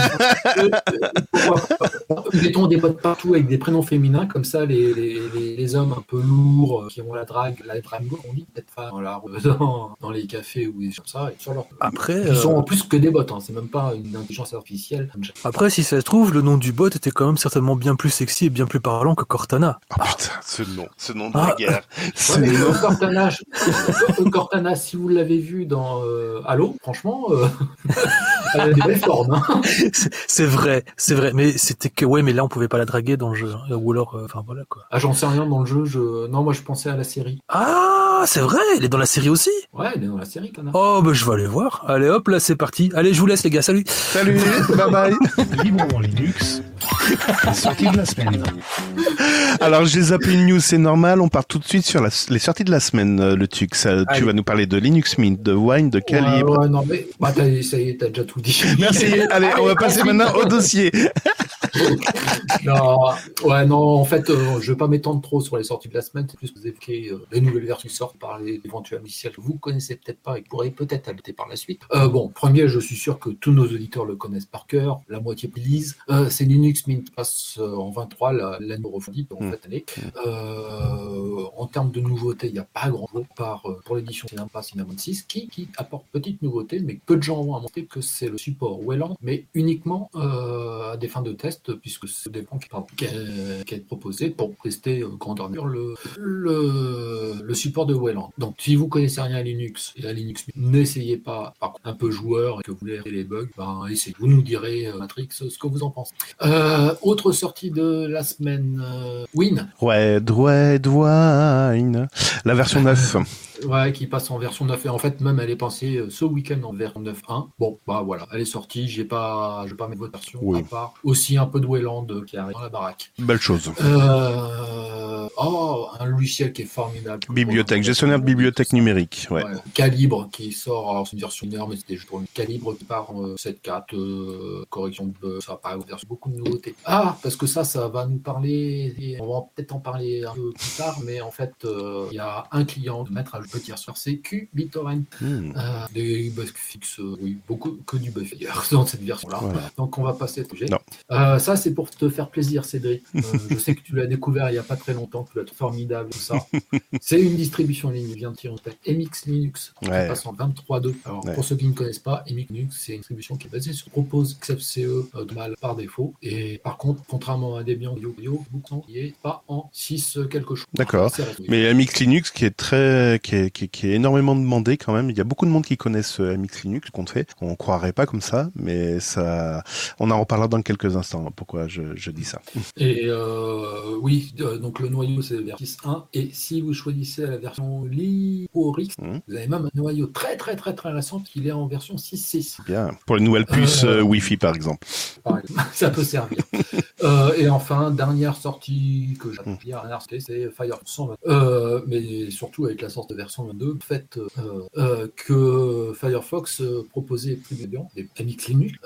Mettons des bots partout avec des prénoms féminins, comme ça les hommes un peu lourds qui ont la drague lourde, on dit peut-être pas dans les cafés ou des choses comme ça. Et sur leur... Après, ils sont en plus que des bots, hein, c'est même pas une intelligence artificielle. Après, si ça se trouve, le nom du bot était quand même certainement bien plus sexy et bien plus parlant que Cortana. Oh putain, ce nom de la guerre. Ouais, mais Cortana, si vous l'avez vu dans Halo, franchement, elle a des belles formes. Hein. C'est vrai, mais c'était que mais là on pouvait pas la draguer dans le jeu, ou alors, enfin voilà quoi. Ah, j'en sais rien dans le jeu. Non, moi je pensais à la série. Ah, c'est vrai, elle est dans la série aussi. Ouais, elle est dans la série, Connard. Oh, bah je vais aller voir. Allez hop, là c'est parti. Allez, je vous laisse les gars, salut. Salut, bye bye. Librement Linux, sortie de la semaine. Alors j'ai zappé une news, c'est normal. On part tout de suite sur les sorties de la semaine. Le Tux, tu vas nous parler de Linux Mint, de Wine, de Calibre. Ouais, non mais ça y est, t'as déjà tout dit. Merci. Allez, on va passer maintenant au dossier. Non, en fait, je vais pas m'étendre trop sur les sorties de la semaine, c'est plus que vous évoquez les nouvelles versions qui sortent par les éventuels logiciels que vous connaissez peut-être pas et qui pourraient peut-être adopter par la suite. Bon, premier, je suis sûr que tous nos auditeurs le connaissent par cœur, la moitié lisent, c'est Linux Mint passe en 23, l'année refondue en cette année. En termes de nouveautés, il n'y a pas grand-chose pour l'édition Cinnamon 6 qui apporte petite nouveauté, mais peu de gens vont annoncer que c'est le support Wayland, mais uniquement à des fins de test, puisque c'est des points qui est proposé pour tester grandeur nature le support de Wayland. Donc si vous connaissez rien à Linux et à Linux, n'essayez pas. Par contre, un peu joueur et que vous voulez les bugs, essayez. Vous nous direz Matrix ce que vous en pensez. Autre sortie de la semaine, Win. Red Wine, la version 9. Ouais, qui passe en version 9 et en fait même elle est passée ce week-end en version 9.1. Bon, voilà, elle est sortie, je vais pas mettre votre version, à part aussi un peu de Wayland qui arrive dans la baraque. Belle chose. Un logiciel qui est formidable. Bibliothèque, gestionnaire de bibliothèque numérique. Ouais. Calibre qui sort, alors c'est une version mineure, mais c'était juste pour une Calibre qui part 7.4, correction de bugs, ça apparaît version beaucoup de nouveautés. Parce que ça va nous parler, on va peut-être en parler un peu plus tard, mais en fait, il y a un client de mettre à petit sur c'est BitTorrent. Des bugs fixes, beaucoup que du bug dans cette version-là. Voilà. Donc on va passer au sujet. Ça c'est pour te faire plaisir, Cédric. Je sais que tu l'as découvert il n'y a pas très longtemps, que tu l'as trouvé formidable, tout ça. C'est une distribution Linux, vient de tirer en tête. MX Linux, qui passe en 23.2. Alors pour ceux qui ne connaissent pas, MX Linux, c'est une distribution qui est basée sur Propose XFCE de mal par défaut. Et par contre, contrairement à Debian, qui est pas en 6 quelque chose. D'accord. Mais MX Linux qui est énormément demandé quand même. Il y a beaucoup de monde qui connaissent MX Linux qu'on fait. On croirait pas comme ça, mais ça, on en reparlera dans quelques instants. Pourquoi je dis ça. Et donc le noyau c'est la version 6.1 et si vous choisissez la version LibreOrix, vous avez même un noyau très très très très récent qui est en version 6.6. Bien. Pour les nouvelles puces Wi-Fi par exemple. Ça peut servir. Et enfin, dernière sortie que j'ai hier, c'est Firefox 122. Mais surtout avec la sortie de version 22, le fait que Firefox proposait plus de bien, des MX Linux,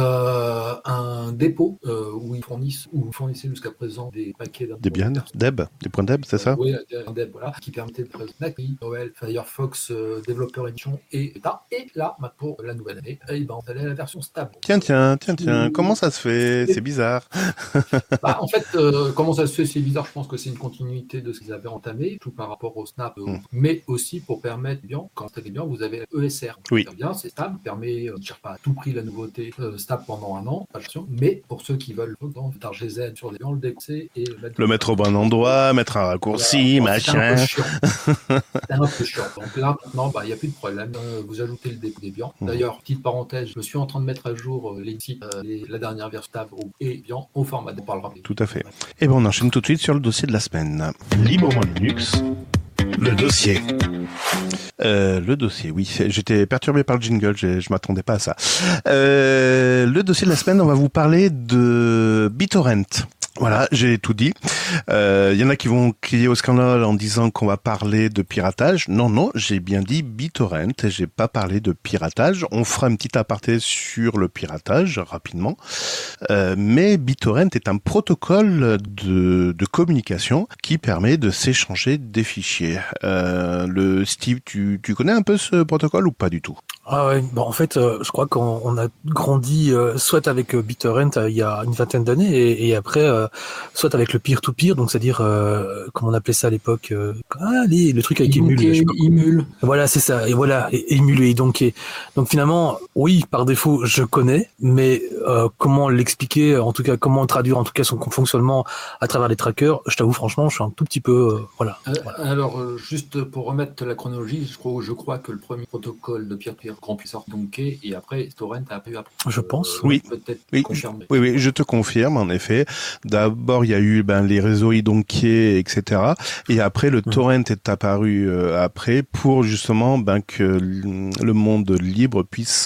un dépôt où ils fournissaient jusqu'à présent des paquets des points Deb, c'est ça? Oui, Deb, voilà, qui permettait de présenter Noël, Firefox Developer Edition et là, pour la nouvelle année, on allait à la version stable. Tiens, comment ça se fait? C'est bizarre. En fait, comment ça se fait? C'est bizarre, je pense que c'est une continuité de ce qu'ils avaient entamé, tout par rapport au Snap, mais aussi pour permettre, bien, quand c'est bien, vous avez ESR. Oui. Bien, c'est stable, permet, je ne cherche pas à tout prix la nouveauté stable pendant un an, mais pour ceux qui veulent, dans GZ sur les le décocer et le mettre au bon endroit, mettre un raccourci, machin. C'est un peu chiant. Donc là, maintenant, il n'y a plus de problème. Vous ajoutez le dépôt Debian. D'ailleurs, petite parenthèse, je suis en train de mettre à jour les sites, la dernière version stable et Debian au format de parlera. Tout à fait. Et on enchaîne tout de suite sur le dossier de la semaine. Librement Linux, le dossier. Le dossier, oui. J'étais perturbé par le jingle, je m'attendais pas à ça. Le dossier de la semaine, on va vous parler de BitTorrent. Voilà, j'ai tout dit. Il y en a qui vont crier au scandale en disant qu'on va parler de piratage. Non, j'ai bien dit BitTorrent et j'ai pas parlé de piratage. On fera une petite aparté sur le piratage rapidement. Mais BitTorrent est un protocole de communication qui permet de s'échanger des fichiers. Steve, tu connais un peu ce protocole ou pas du tout? Ah ouais, bon, en fait, je crois qu'on a grandi soit avec BitTorrent il y a une vingtaine d'années et après soit avec le peer-to-peer, donc c'est-à-dire comment on appelait ça à l'époque le truc avec Emule. Voilà, c'est ça. Et voilà, émulé. Donc finalement, oui, par défaut, je connais, mais comment l'expliquer, en tout cas comment traduire en tout cas son fonctionnement à travers les trackers, je t'avoue franchement, je suis un tout petit peu voilà. Alors juste pour remettre la chronologie, je crois que le premier protocole de peer-to-peer grand puissance Donkey et après Torrent a pu après. Je pense. Oui. Peut-être confirmer. Oui, je te confirme en effet. D'abord, il y a eu les réseaux iDonkey, etc. Et après, le Torrent est apparu après pour justement que le monde libre puisse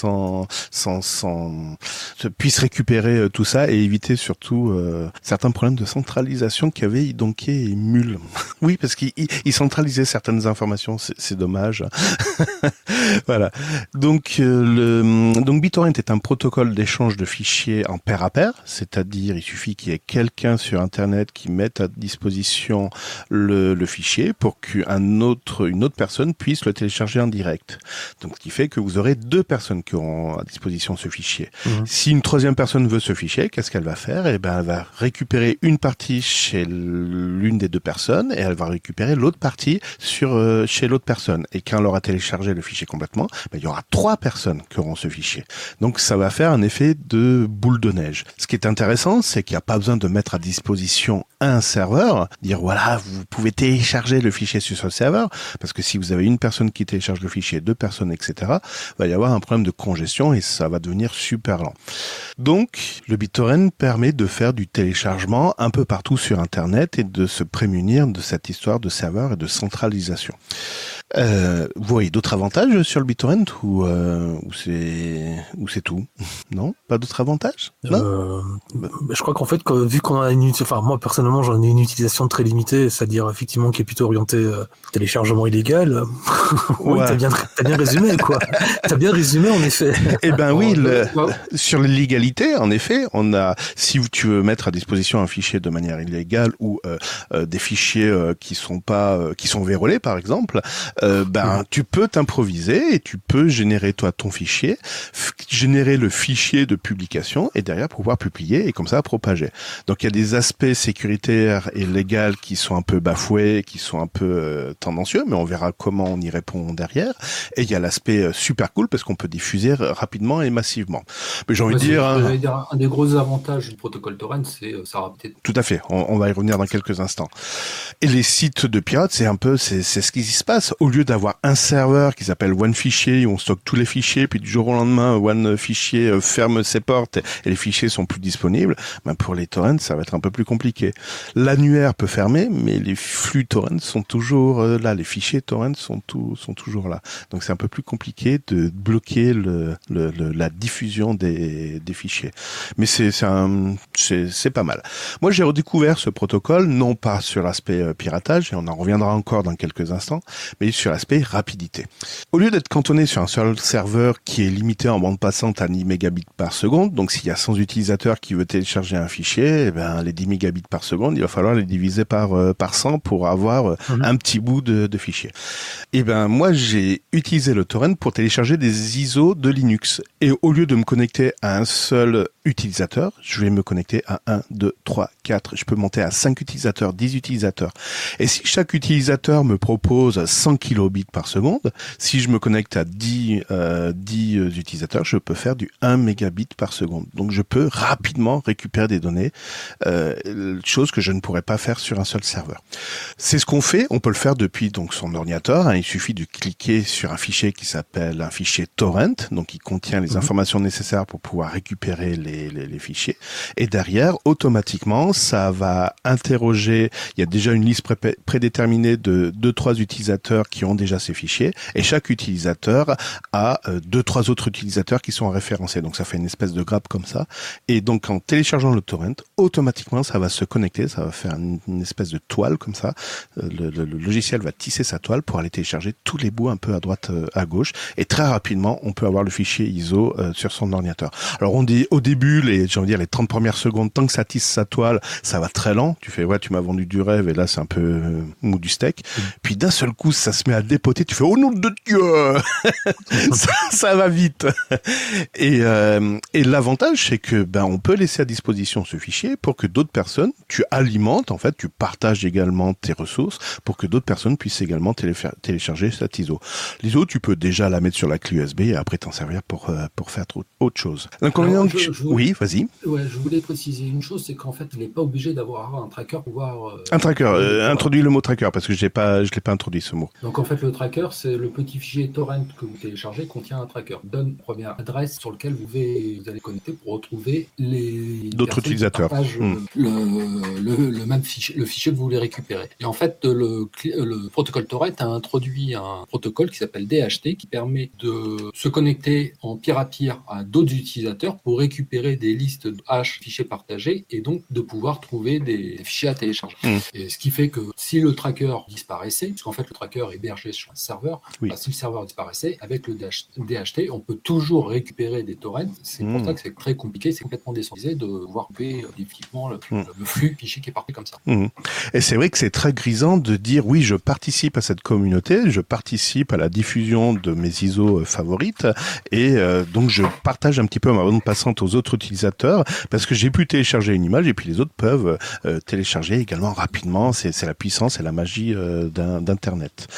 puisse récupérer tout ça et éviter surtout certains problèmes de centralisation qu'avait iDonkey et Mule. Oui, parce qu'ils centralisaient certaines informations. C'est dommage. Voilà. Donc BitTorrent est un protocole d'échange de fichiers en pair à pair, c'est-à-dire il suffit qu'il y ait quelqu'un sur Internet qui mette à disposition le fichier pour qu'une autre personne puisse le télécharger en direct. Donc ce qui fait que vous aurez deux personnes qui auront à disposition ce fichier. Si une troisième personne veut ce fichier, qu'est-ce qu'elle va faire? Elle va récupérer une partie chez l'une des deux personnes et elle va récupérer l'autre partie chez l'autre personne. Et quand elle aura téléchargé le fichier complètement, il y aura 3 personnes qui auront ce fichier. Donc ça va faire un effet de boule de neige. Ce qui est intéressant, c'est qu'il n'y a pas besoin de mettre à disposition un serveur, dire voilà, vous pouvez télécharger le fichier sur ce serveur, parce que si vous avez une personne qui télécharge le fichier, 2 personnes, etc., il va y avoir un problème de congestion et ça va devenir super lent. Donc, le BitTorrent permet de faire du téléchargement un peu partout sur Internet et de se prémunir de cette histoire de serveur et de centralisation. Vous voyez d'autres avantages sur le BitTorrent ou c'est tout? Non, pas d'autres avantages? Non. Je crois qu'en fait, vu qu'on a moi personnellement, j'en ai une utilisation très limitée, c'est-à-dire effectivement qui est plutôt orientée téléchargement illégal. Oui, t'as bien résumé quoi. T'as bien résumé en effet. Eh ben oui, sur l'illégalité, en effet, si tu veux mettre à disposition un fichier de manière illégale ou des fichiers qui sont vérolés par exemple. Tu peux t'improviser et tu peux générer toi ton fichier, générer le fichier de publication et derrière pouvoir publier et comme ça propager. Donc il y a des aspects sécuritaires et légaux qui sont un peu bafoués, qui sont un peu tendancieux, mais on verra comment on y répond derrière. Et il y a l'aspect super cool parce qu'on peut diffuser rapidement et massivement. Mais j'ai envie de dire... un des gros avantages du protocole Torrent, c'est sa rapidité. Tout à fait, on va y revenir dans quelques instants. Et les sites de pirates, c'est ce qui se passe. Au lieu d'avoir un serveur qui s'appelle OneFichier où on stocke tous les fichiers, puis du jour au lendemain, OneFichier ferme ses portes et les fichiers sont plus disponibles, pour les torrents, ça va être un peu plus compliqué. L'annuaire peut fermer, mais les flux torrents sont toujours là, les fichiers torrents sont toujours là. Donc c'est un peu plus compliqué de bloquer la diffusion des fichiers. Mais c'est pas mal. Moi, j'ai redécouvert ce protocole, non pas sur l'aspect piratage, et on en reviendra encore dans quelques instants, mais sur l'aspect rapidité. Au lieu d'être cantonné sur un seul serveur qui est limité en bande passante à 10 mégabits par seconde, donc s'il y a 100 utilisateurs qui veulent télécharger un fichier, les 10 mégabits par seconde, il va falloir les diviser par 100 pour avoir un petit bout de fichier. Moi, j'ai utilisé le torrent pour télécharger des ISO de Linux. Et au lieu de me connecter à un seul utilisateur, je vais me connecter à 1, 2, 3, 4. Je peux monter à 5 utilisateurs, 10 utilisateurs. Et si chaque utilisateur me propose 100 kilobits par seconde, si je me connecte à 10 utilisateurs, je peux faire du 1 mégabit par seconde. Donc je peux rapidement récupérer des données, chose que je ne pourrais pas faire sur un seul serveur. C'est ce qu'on fait, on peut le faire depuis donc son ordinateur. Il suffit de cliquer sur un fichier qui s'appelle un fichier torrent, donc qui contient les informations nécessaires pour pouvoir récupérer les les fichiers. Et derrière, automatiquement, ça va interroger. Il y a déjà une liste prédéterminée de 2-3 utilisateurs qui ont déjà ces fichiers. Et chaque utilisateur a 2-3 autres utilisateurs qui sont référencés. Donc ça fait une espèce de grappe comme ça. Et donc en téléchargeant le torrent, automatiquement, ça va se connecter. Ça va faire une espèce de toile comme ça. Le logiciel va tisser sa toile pour aller télécharger tous les bouts un peu à droite, à gauche. Et très rapidement, on peut avoir le fichier ISO sur son ordinateur. Alors on dit au début, les 30 premières secondes, tant que ça tisse sa toile, ça va très lent. Tu fais, ouais, tu m'as vendu du rêve, et là c'est un peu mou du steak. Puis d'un seul coup, ça se met à dépoter. Tu fais, oh nom de Dieu, ça va vite. Et l'avantage, c'est que on peut laisser à disposition ce fichier pour que d'autres personnes, tu alimentes, en fait, tu partages également tes ressources pour que d'autres personnes puissent également télécharger cette ISO. L'ISO, tu peux déjà la mettre sur la clé USB et après t'en servir pour faire autre chose. Oui, vas-y. Ouais, je voulais préciser une chose, c'est qu'en fait, il n'est pas obligé d'avoir un tracker pour pouvoir... un tracker, introduis le mot tracker, parce que je l'ai pas introduit ce mot. Donc en fait, le tracker, c'est le petit fichier torrent que vous téléchargez, contient un tracker. Donne une première adresse sur laquelle vous allez connecter pour retrouver d'autres utilisateurs. Le même fichier, le fichier que vous voulez récupérer. Et en fait, le protocole torrent a introduit un protocole qui s'appelle DHT, qui permet de se connecter en peer-à-peer à d'autres utilisateurs pour récupérer des listes de fichiers partagés et donc de pouvoir trouver des fichiers à télécharger. Et ce qui fait que si le tracker disparaissait, parce qu'en fait le tracker est hébergé sur un serveur, si le serveur disparaissait, avec le DHT, on peut toujours récupérer des torrents. C'est pour ça que c'est très compliqué, c'est complètement décentralisé de voir couper définitivement le flux fichier qui est parti comme ça. Et c'est vrai que c'est très grisant de dire oui, je participe à cette communauté, je participe à la diffusion de mes ISO favorites et donc je partage un petit peu ma bande passante aux autres utilisateurs parce que j'ai pu télécharger une image et puis les autres peuvent télécharger également rapidement. C'est la puissance et la magie d'internet.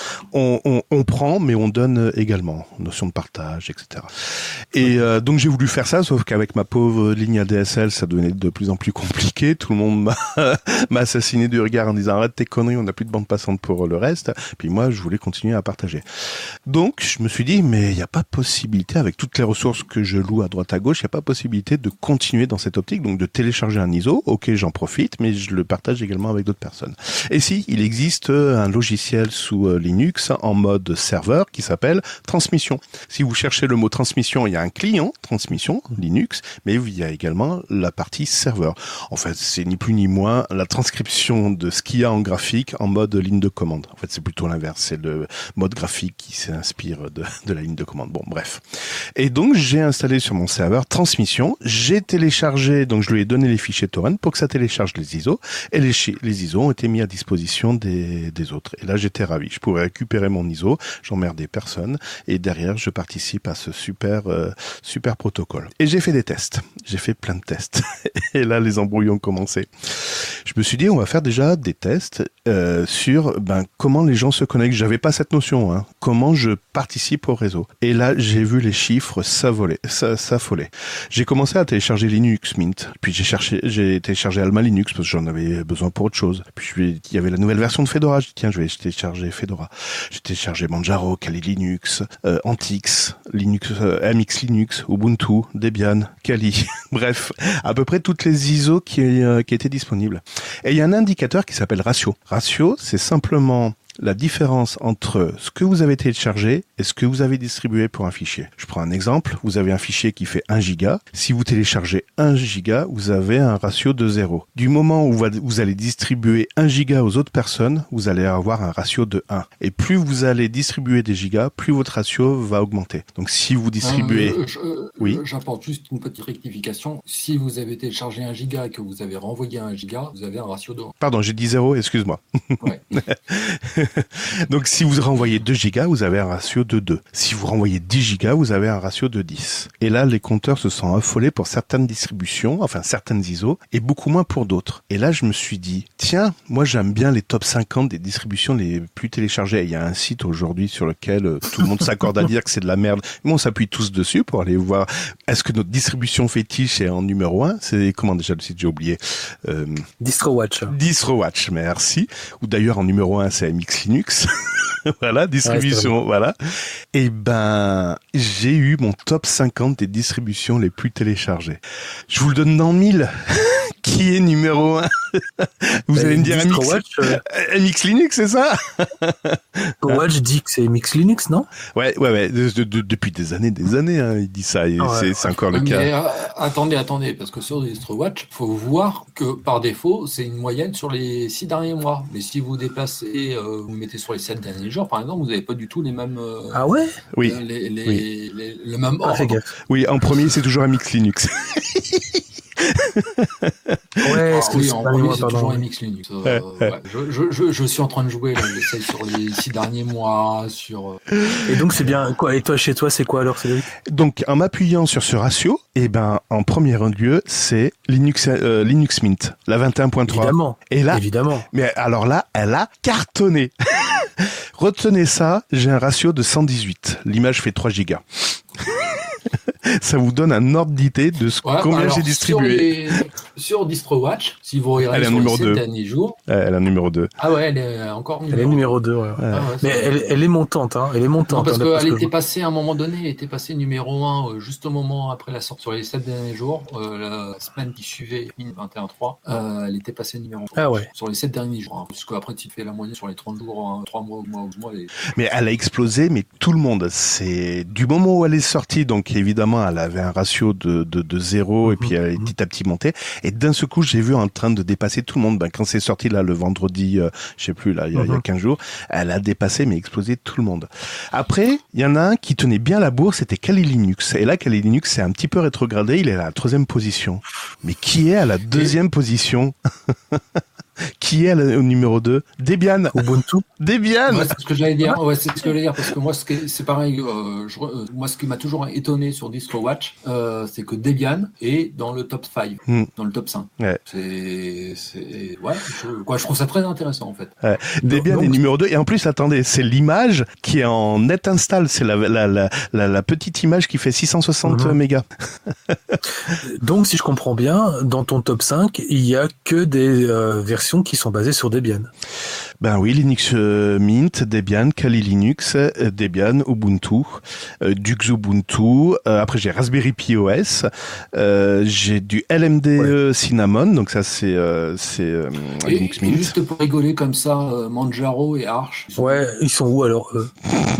On prend mais on donne également, notion de partage, etc. Et donc j'ai voulu faire ça, sauf qu'avec ma pauvre ligne ADSL, ça devenait de plus en plus compliqué. Tout le monde m'a assassiné du regard en disant arrête tes conneries, on n'a plus de bande passante pour le reste. Puis moi je voulais continuer à partager. Donc je me suis dit mais il n'y a pas possibilité, avec toutes les ressources que je loue à droite à gauche, il n'y a pas possibilité de continuer dans cette optique, donc de télécharger un ISO. Ok, j'en profite, mais je le partage également avec d'autres personnes. Et si, il existe un logiciel sous Linux en mode serveur qui s'appelle Transmission. Si vous cherchez le mot transmission, il y a un client transmission Linux, mais il y a également la partie serveur. En fait, c'est ni plus ni moins la transcription de ce qu'il y a en graphique en mode ligne de commande. En fait, c'est plutôt l'inverse, c'est le mode graphique qui s'inspire de la ligne de commande. Bon, bref. Et donc, j'ai installé sur mon serveur Transmission, j'ai téléchargé, donc je lui ai donné les fichiers torrent pour que ça télécharge les ISO, et les ISO ont été mis à disposition des autres. Et là, j'étais ravi. Je pourrais récupérer mon ISO, j'emmerdais personne, et derrière, je participe à ce super protocole. Et j'ai fait des tests. J'ai fait plein de tests. Et là, les embrouillons ont commencé. Je me suis dit, on va faire déjà des tests sur comment les gens se connectent. J'avais pas cette notion, hein. Comment je participe au réseau. Et là, j'ai vu les chiffres s'affoler. J'ai commencé à télécharger Linux Mint. Puis j'ai téléchargé Alma Linux parce que j'en avais besoin pour autre chose. Puis il y avait la nouvelle version de Fedora. J'ai dit, tiens, je vais télécharger Fedora. J'ai téléchargé Manjaro, Kali Linux, Antix, Linux, MX Linux, Ubuntu, Debian, Kali. Bref, à peu près toutes les ISO qui étaient disponibles. Et il y a un indicateur qui s'appelle ratio. Ratio, c'est simplement la différence entre ce que vous avez téléchargé et ce que vous avez distribué pour un fichier. Je prends un exemple, vous avez un fichier qui fait 1 giga. Si vous téléchargez 1 giga, vous avez un ratio de 0. Du moment où vous allez distribuer 1 giga aux autres personnes, vous allez avoir un ratio de 1. Et plus vous allez distribuer des gigas, plus votre ratio va augmenter. Donc si vous distribuez... Oui. J'apporte juste une petite rectification. Si vous avez téléchargé 1 giga et que vous avez renvoyé 1 giga, vous avez un ratio de 1. Pardon, j'ai dit 0, excuse-moi. Ouais. Donc si vous renvoyez 2 gigas, vous avez un ratio de 2. Si vous renvoyez 10 gigas, vous avez un ratio de 10. Et là, les compteurs se sont affolés pour certaines distributions, enfin certaines ISO, et beaucoup moins pour d'autres. Et là, je me suis dit, tiens, moi j'aime bien les top 50 des distributions les plus téléchargées. Il y a un site aujourd'hui sur lequel tout le monde s'accorde à dire que c'est de la merde. Mais on s'appuie tous dessus pour aller voir, est-ce que notre distribution fétiche est en numéro 1 ? C'est comment déjà le site, j'ai oublié. DistroWatch. DistroWatch, merci. Ou d'ailleurs en numéro 1, c'est MX Linux. Voilà, distribution, voilà. Et ben, j'ai eu mon top 50 des distributions les plus téléchargées. Je vous le donne dans 1000. Qui est numéro 1? Vous allez me dire MX Linux, c'est ça? Watch dit que c'est MX Linux, non? Ouais. Depuis des années, hein, il dit ça. Et c'est encore le cas. Mais, attendez, parce que sur DistroWatch, il faut voir que par défaut, c'est une moyenne sur les 6 derniers mois. Mais si vous déplacez, vous mettez sur les 7 derniers jours, par exemple, vous n'avez pas du tout les mêmes. Ah ouais? Oui. Le même ordre. Oui, en premier, c'est toujours MX Linux. Ouais, en premier, c'est toujours MX Linux. Ouais. Je suis en train de jouer, là, j'essaye sur les 6 derniers mois, Et donc, c'est bien, quoi? Et toi, chez toi, c'est quoi alors, Cédric? Donc, en m'appuyant sur ce ratio, en premier lieu, c'est Linux Mint, la 21.3. Évidemment. Et là, évidemment. Mais alors là, elle a cartonné. Retenez ça, j'ai un ratio de 118. L'image fait 3 gigas. Ça vous donne un ordre d'idée de combien j'ai distribué. Sur DistroWatch, si vous regardez sur les 7 derniers jours... Elle est en numéro 2. Ah ouais, elle est encore numéro 2. Elle est numéro 2, ouais. Mais elle est montante, hein. Elle est montante. Non, parce qu'elle était passée à un moment donné, elle était passée numéro 1 juste au moment après la sortie sur les 7 derniers jours. La semaine qui suivait 21.3, elle était passée numéro 1. Ah ouais. Sur les 7 derniers jours. Hein, parce qu'après, tu fais la moyenne sur les 30 jours, 3 mois, 12 mois. Mais elle a explosé, mais tout le monde. C'est du moment où elle est sortie, donc évidemment, elle avait un ratio de 0 et puis elle est petit à petit montée. Et d'un seul coup, j'ai vu en train de dépasser tout le monde. Quand c'est sorti là le vendredi, je sais plus là, il y a 15 jours, elle a dépassé mais explosé tout le monde. Après, il y en a un qui tenait bien la bourse, c'était Kali Linux. Et là, Kali Linux, c'est un petit peu rétrogradé. Il est à la 3e position. Mais qui est à la 2e position? Qui est au numéro 2? Debian. Ubuntu. Debian. Ouais, c'est ce que j'allais dire. Ouais, c'est ce que j'allais dire parce que moi, c'est pareil. Moi, ce qui m'a toujours étonné sur DistroWatch, c'est que Debian est dans le top 5, dans le top 5. Ouais. Je trouve ça très intéressant en fait. Debian est numéro 2 et en plus, attendez, c'est l'image qui est en net install. C'est la petite image qui fait 660 mégas. Donc, si je comprends bien, dans ton top 5, il y a que des versions qui sont basées sur Debian. Ben oui, Linux Mint, Debian, Kali Linux, Debian, Ubuntu, Xubuntu. Après j'ai Raspberry Pi OS, j'ai du LMD Cinnamon, donc ça c'est Linux Mint. Et juste pour rigoler comme ça, Manjaro et Arch. Ils sont où alors eux?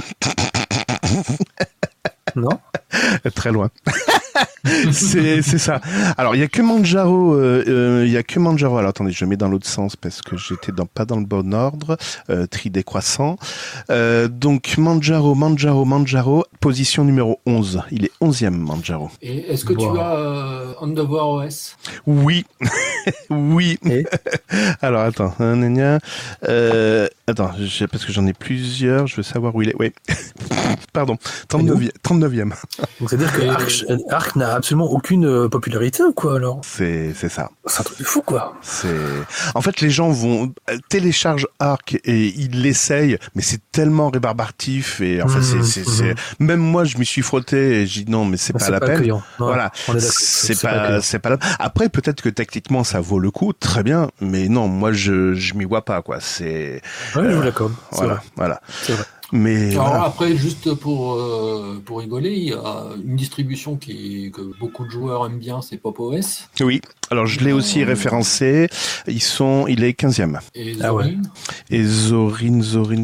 Non? Très loin. c'est ça. Alors il y a que Manjaro, Alors attendez, je mets dans l'autre sens parce que j'étais pas dans le bon ordre. Tri décroissant. Donc Manjaro, position numéro 11. Il est 11e Manjaro. Et est-ce que tu as Endeavour OS? Oui. Oui. Alors attends, attends, parce que j'en ai plusieurs, je veux savoir où il est. Oui. Pardon, 39e. Donc c'est-à-dire que Arch n'a absolument aucune popularité ou quoi alors? C'est ça. C'est un truc de fou quoi. En fait, les gens vont télécharger Arch et ils l'essayent, mais c'est tellement rébarbatif et enfin c'est même moi je m'y suis frotté et j'ai dit non mais c'est pas la peine. Accueillant. Ouais, voilà, c'est pas la... Après peut-être que techniquement ça vaut le coup, très bien, mais non, moi je m'y vois pas quoi. Ouais, je vous l'accorde. Voilà. C'est vrai. Mais alors après, juste pour rigoler, il y a une distribution que beaucoup de joueurs aiment bien, c'est Pop OS. Oui, alors je l'ai aussi référencé. Il est 15e. Et Zorin. Et Zorin,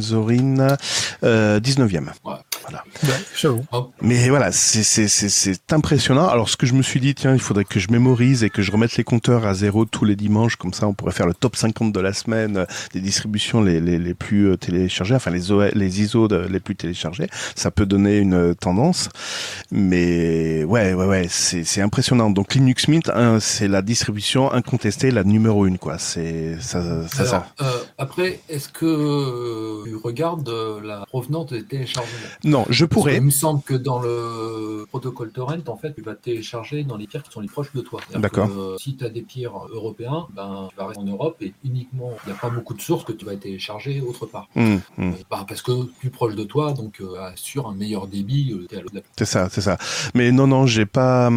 19e. Ouais. Voilà. Ouais, j'avoue. Mais voilà, c'est impressionnant. Alors ce que je me suis dit, tiens, il faudrait que je mémorise et que je remette les compteurs à 0 tous les dimanches, comme ça on pourrait faire le top 50 de la semaine des distributions les plus téléchargées, enfin les ISO les plus téléchargés. Ça peut donner une tendance. Mais ouais, c'est impressionnant. Donc Linux Mint, c'est la distribution incontestée, la numéro 1 quoi. C'est ça. Après, est-ce que tu regardes la provenance des téléchargements? Non, je pourrais. Parce qu'il me semble que dans le protocole torrent, en fait, tu vas télécharger dans les peers qui sont les proches de toi. D'accord. Si tu as des peers européens, tu vas rester en Europe et uniquement, il n'y a pas beaucoup de sources que tu vas télécharger autre part. Parce que plus proche de toi, donc assure un meilleur débit. C'est ça. Mais non, j'ai pas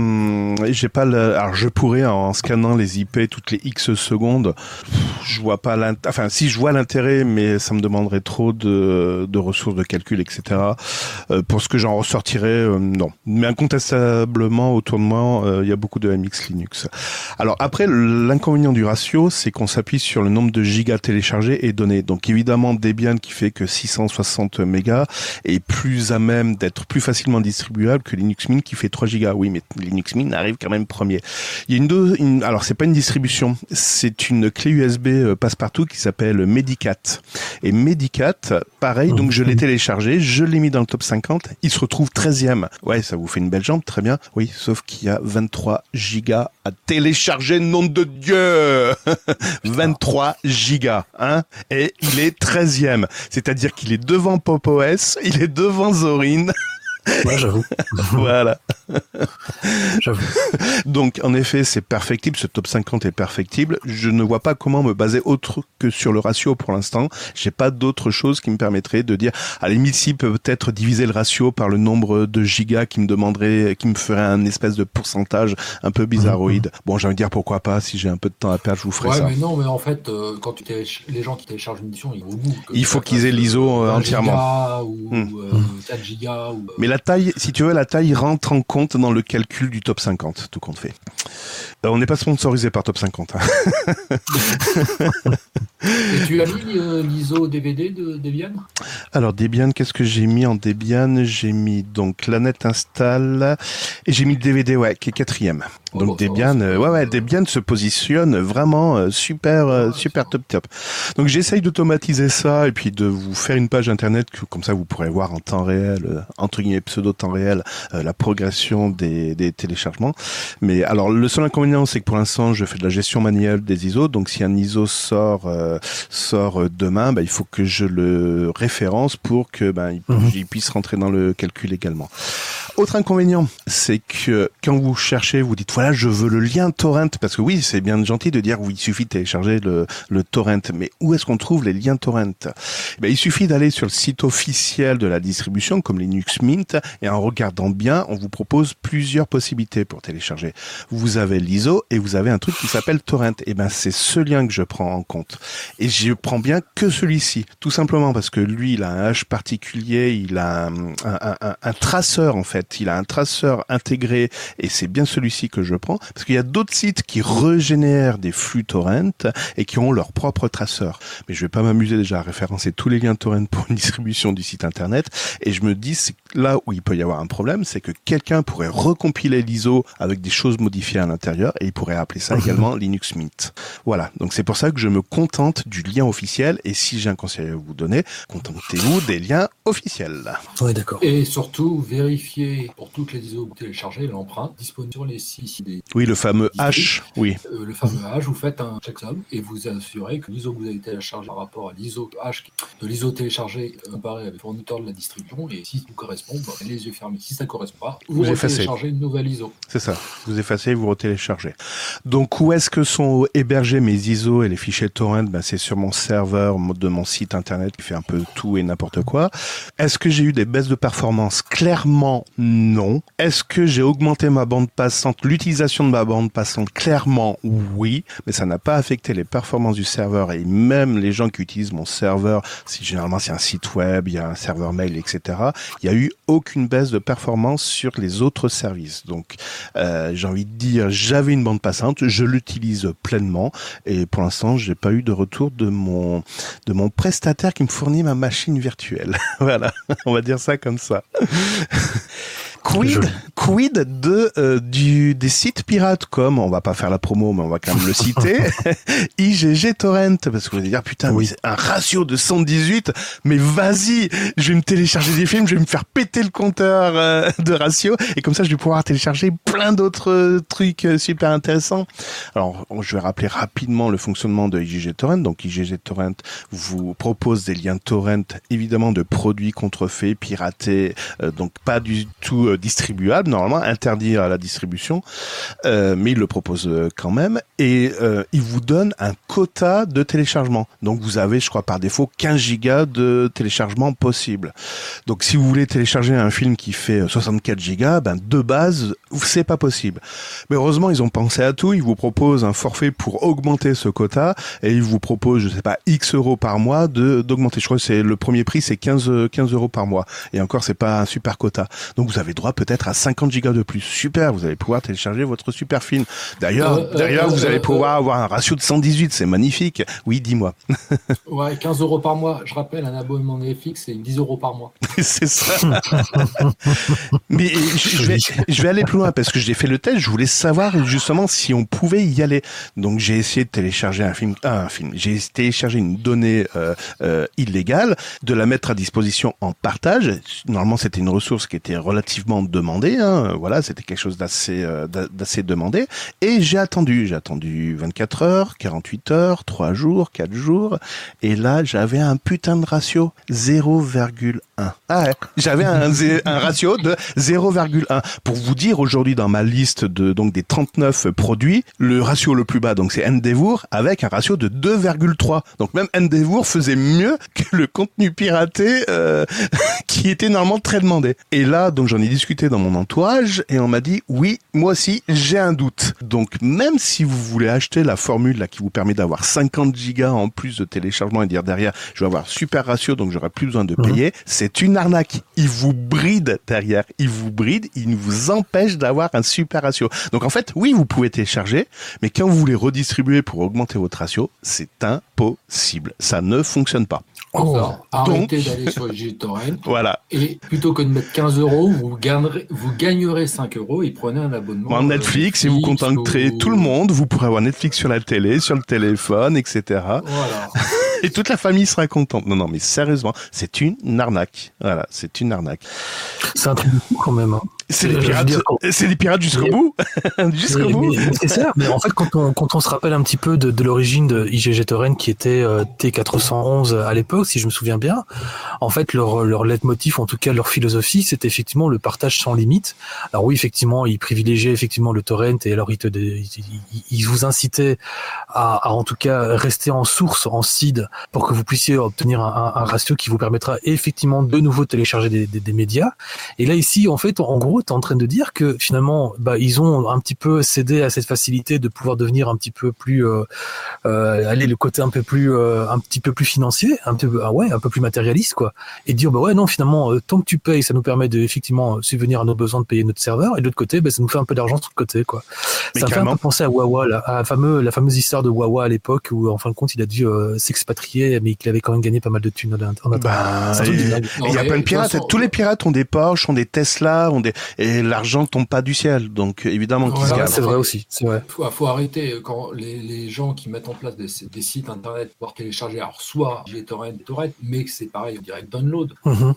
alors je pourrais en scannant les IP toutes les X secondes. Je vois pas enfin si je vois l'intérêt, mais ça me demanderait trop de ressources de calcul, etc. Pour ce que j'en ressortirais, non. Mais incontestablement, autour de moi, il y a beaucoup de MX Linux. Alors après, l'inconvénient du ratio, c'est qu'on s'appuie sur le nombre de gigas téléchargés et donnés. Donc évidemment, Debian qui fait que 660 mégas est plus à même d'être plus facilement distribuable que Linux Mint qui fait 3 gigas. Oui, mais Linux Mint arrive quand même premier. Il y a alors c'est pas une distribution, c'est une clé USB passe-partout qui s'appelle Medicat. Et Medicat, pareil, donc je l'ai téléchargé, je l'ai mis dans le top 50, il se retrouve 13e. Ouais, ça vous fait une belle jambe, très bien. Oui, sauf qu'il y a 23 gigas à télécharger, nom de Dieu. 23 gigas, hein, et il est 13e. C'est-à-dire qu'il est devant Pop OS, il est devant Zorin. Ouais, j'avoue. Voilà. J'avoue. Donc, en effet, c'est perfectible. Ce top 50 est perfectible. Je ne vois pas comment me baser autre que sur le ratio pour l'instant. J'ai pas d'autre chose qui me permettrait de dire, à la limite, si peut-être diviser le ratio par le nombre de gigas qui me ferait un espèce de pourcentage un peu bizarroïde. Bon, j'ai envie de dire pourquoi pas. Si j'ai un peu de temps à perdre, je vous ferai ça. Ouais, mais non, mais en fait, quand les gens qui téléchargent une édition, ils vont au bout. Il faut qu'ils aient l'ISO entièrement. Giga, ou 4 gigas. Mais la taille, si tu veux, la taille rentre en compte dans le calcul du top 50, tout compte fait. On n'est pas sponsorisé par top 50. Hein. Et tu as mis l'ISO DVD de Debian ? Alors Debian, qu'est-ce que j'ai mis en Debian ? J'ai mis donc la net install et j'ai mis le DVD, ouais, qui est 4e. Donc Debian, Debian se positionne vraiment super top. Donc j'essaye d'automatiser ça et puis de vous faire une page internet comme ça vous pourrez voir en temps réel, entre guillemets pseudo temps réel, la progression des téléchargements. Mais alors le seul inconvénient, c'est que pour l'instant je fais de la gestion manuelle des ISO. Donc si un ISO sort demain, il faut que je le référence pour que il puisse rentrer dans le calcul également. Autre inconvénient, c'est que quand vous cherchez, vous dites voilà, je veux le lien torrent, parce que oui, c'est bien gentil de dire oui, il suffit de télécharger le torrent, mais où est-ce qu'on trouve les liens torrent ? Il suffit d'aller sur le site officiel de la distribution, comme Linux Mint, et en regardant bien, on vous propose plusieurs possibilités pour télécharger. Vous avez l'ISO et vous avez un truc qui s'appelle torrent. Et c'est ce lien que je prends en compte. Et je prends bien que celui-ci, tout simplement parce que lui, il a un hash particulier, il a un traceur en fait. Il a un traceur intégré et c'est bien celui-ci que je prends parce qu'il y a d'autres sites qui régénèrent des flux torrent et qui ont leur propre traceur. Mais je vais pas m'amuser déjà à référencer tous les liens torrent pour une distribution du site internet et je me dis c'est là où il peut y avoir un problème, c'est que quelqu'un pourrait recompiler l'ISO avec des choses modifiées à l'intérieur et il pourrait appeler ça également Linux Mint. Voilà, donc c'est pour ça que je me contente du lien officiel et si j'ai un conseil à vous donner, contentez-vous des liens officiels. Ouais, d'accord. Et surtout, vérifiez pour toutes les ISO que vous téléchargez l'empreinte disponible sur les sites. Oui, le fameux hash, oui. Le fameux hash, vous faites un checksum et vous assurez que l'ISO que vous avez téléchargé par rapport à l'ISO hash de l'ISO téléchargé comparé avec le fournisseur de la distribution et si tout correspond, les yeux fermés. Si ça ne correspond pas, vous téléchargez une nouvelle ISO. C'est ça, vous effacez et vous retéléchargez. Donc où est-ce que sont hébergés mes ISO et les fichiers torrent ? C'est sur mon serveur de mon site internet qui fait un peu tout et n'importe quoi. Est-ce que j'ai eu des baisses de performance ? Clairement, non. Est-ce que j'ai augmenté ma bande passante, l'utilisation de ma bande passante ? Clairement, oui, mais ça n'a pas affecté les performances du serveur et même les gens qui utilisent mon serveur, si généralement c'est un site web, il y a un serveur mail, etc., il n'y a eu aucune baisse de performance sur les autres services. Donc, j'ai envie de dire, j'avais une bande passante, je l'utilise pleinement et pour l'instant, j'ai pas eu de retour de mon prestataire qui me fournit ma machine virtuelle. Voilà, on va dire ça comme ça. Quid des sites pirates comme, on va pas faire la promo, mais on va quand même le citer, IGG Torrent, parce que vous allez dire, putain, mais c'est un ratio de 118, mais vas-y, je vais me télécharger des films, je vais me faire péter le compteur de ratio, et comme ça, je vais pouvoir télécharger plein d'autres trucs super intéressants. Alors, je vais rappeler rapidement le fonctionnement de IGG Torrent. Donc, IGG Torrent vous propose des liens torrent, évidemment, de produits contrefaits, piratés, donc pas du tout tout distribuable, normalement interdit à la distribution, mais il le propose quand même, et il vous donne un quota de téléchargement. Donc vous avez, je crois par défaut, 15 gigas de téléchargement possible. Donc si vous voulez télécharger un film qui fait 64 gigas, de base, c'est pas possible. Mais heureusement, ils ont pensé à tout, ils vous proposent un forfait pour augmenter ce quota, et ils vous proposent, je sais pas, X euros par mois d'augmenter. Je crois que c'est le premier prix, c'est 15 euros par mois. Et encore, c'est pas un super quota. Donc vous avez droit peut-être à 50 gigas de plus. Super, vous allez pouvoir télécharger votre super film. D'ailleurs, vous allez pouvoir avoir un ratio de 118, c'est magnifique. Oui, dis-moi. Ouais, 15 euros par mois. Je rappelle, un abonnement Netflix, c'est 10 euros par mois. C'est ça. Mais je vais aller plus loin parce que j'ai fait le test. Je voulais savoir justement si on pouvait y aller. Donc j'ai essayé de télécharger J'ai téléchargé une donnée illégale, de la mettre à disposition en partage. Normalement, c'était une ressource qui était relativement demandée. Voilà, c'était quelque chose d'assez demandé. Et j'ai attendu 24 heures, 48 heures, 3 jours, 4 jours. Et là, j'avais un putain de ratio 0,1. Ah ouais, j'avais un ratio de 0,1. Pour vous dire, aujourd'hui, dans ma liste donc des 39 produits, le ratio le plus bas, donc c'est Endeavour, avec un ratio de 2,3. Donc même Endeavour faisait mieux que le contenu piraté qui était normalement très demandé. Et là, donc j'en ai discuté dans mon entourage et on m'a dit oui, moi aussi j'ai un doute. Donc même si vous voulez acheter la formule là qui vous permet d'avoir 50 gigas en plus de téléchargement et dire derrière je vais avoir super ratio donc j'aurai plus besoin de payer, c'est une arnaque. Ils vous brident derrière, ils vous empêchent d'avoir un super ratio. Donc en fait, oui, vous pouvez télécharger, mais quand vous voulez redistribuer pour augmenter votre ratio, c'est impossible. Ça ne fonctionne pas. Arrêtez d'aller sur GTorrent. Voilà. Et plutôt que de mettre 15 euros, vous gagnerez 5 euros et prenez un abonnement. En Netflix, et vous contacterez tout le monde. Vous pourrez avoir Netflix sur la télé, sur le téléphone, etc. Voilà. Et toute la famille sera contente. Non, mais sérieusement, c'est une arnaque. Voilà, c'est une arnaque. C'est un truc de fou quand même. C'est des pirates jusqu'au bout. Jusqu'au bout. C'est ça. Mais en fait, quand on se rappelle un petit peu de l'origine de IGGTorrent qui était T411 à l'époque, si je me souviens bien, en fait, leur leitmotiv, en tout cas leur philosophie, c'était effectivement le partage sans limite. Alors oui, effectivement, ils privilégiaient effectivement le torrent et alors ils vous incitaient à en tout cas rester en source, en seed, pour que vous puissiez obtenir un ratio qui vous permettra effectivement de nouveau télécharger des médias. Et là ici, en fait, en gros, t'es en train de dire que finalement, ils ont un petit peu cédé à cette facilité de pouvoir devenir un petit peu plus, aller le côté un petit peu plus financier, un peu plus matérialiste, quoi, et dire non, finalement, tant que tu payes, ça nous permet de effectivement subvenir à nos besoins de payer notre serveur, et de l'autre côté, ça nous fait un peu d'argent sur le côté, quoi. Ça me fait un peu penser à Wawa, là, à la fameuse histoire de Wawa à l'époque où en fin de compte il a dû s'expatrier, mais qu'il avait quand même gagné pas mal de thunes en attendant. Il y a plein de pirates. Tous les pirates ont des Porsche, ont des Tesla, et l'argent tombe pas du ciel. Donc évidemment qu'ils se gavent. C'est vrai aussi. C'est vrai. Faut arrêter quand les gens qui mettent en place des sites internet pour télécharger. Alors soit GTorrent, mais c'est pareil en direct download.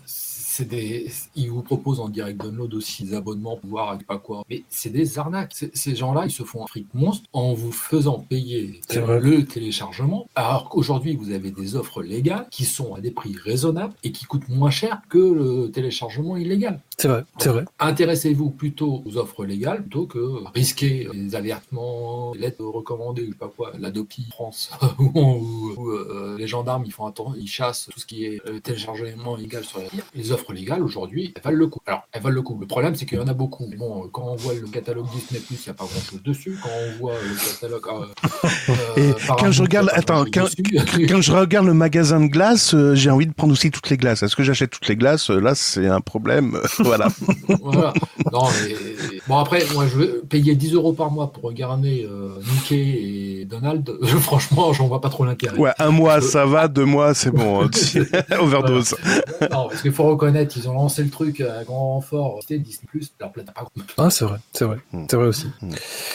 Ils vous proposent en direct download aussi des abonnements pour voir pas quoi. Mais c'est des arnaques. Ces gens-là, ils se font un fric monstre en vous faisant payer le téléchargement. Alors qu'aujourd'hui, vous avez des offres légales qui sont à des prix raisonnables et qui coûtent moins cher que le téléchargement illégal. C'est vrai. Intéressez-vous plutôt aux offres légales plutôt que risquer les alertements, les lettres recommandées, je sais pas quoi, l'Adopi France, où les gendarmes ils chassent tout ce qui est téléchargement illégal sur les offres légales aujourd'hui, elles valent le coup. Alors, elles valent le coup. Le problème, c'est qu'il y en a beaucoup. Bon, quand on voit le catalogue Disney+, il n'y a pas grand-chose dessus. Quand on voit le catalogue... et quand je regarde le magasin de glace, j'ai envie de prendre aussi toutes les glaces. Est-ce que j'achète toutes les glaces? Là, c'est un problème. Voilà. Voilà. Non, mais... Bon, après, moi, je veux payer 10 euros par mois pour regarder Mickey et Donald. Franchement, j'en vois pas trop l'intérêt. Ouais, un mois, ça va. 2 mois, c'est bon. Overdose. Voilà. Non, parce qu'il faut reconnaître, ils ont lancé le truc à grand renfort. C'était Disney+, alors là, t'as pas... Ah, c'est vrai aussi.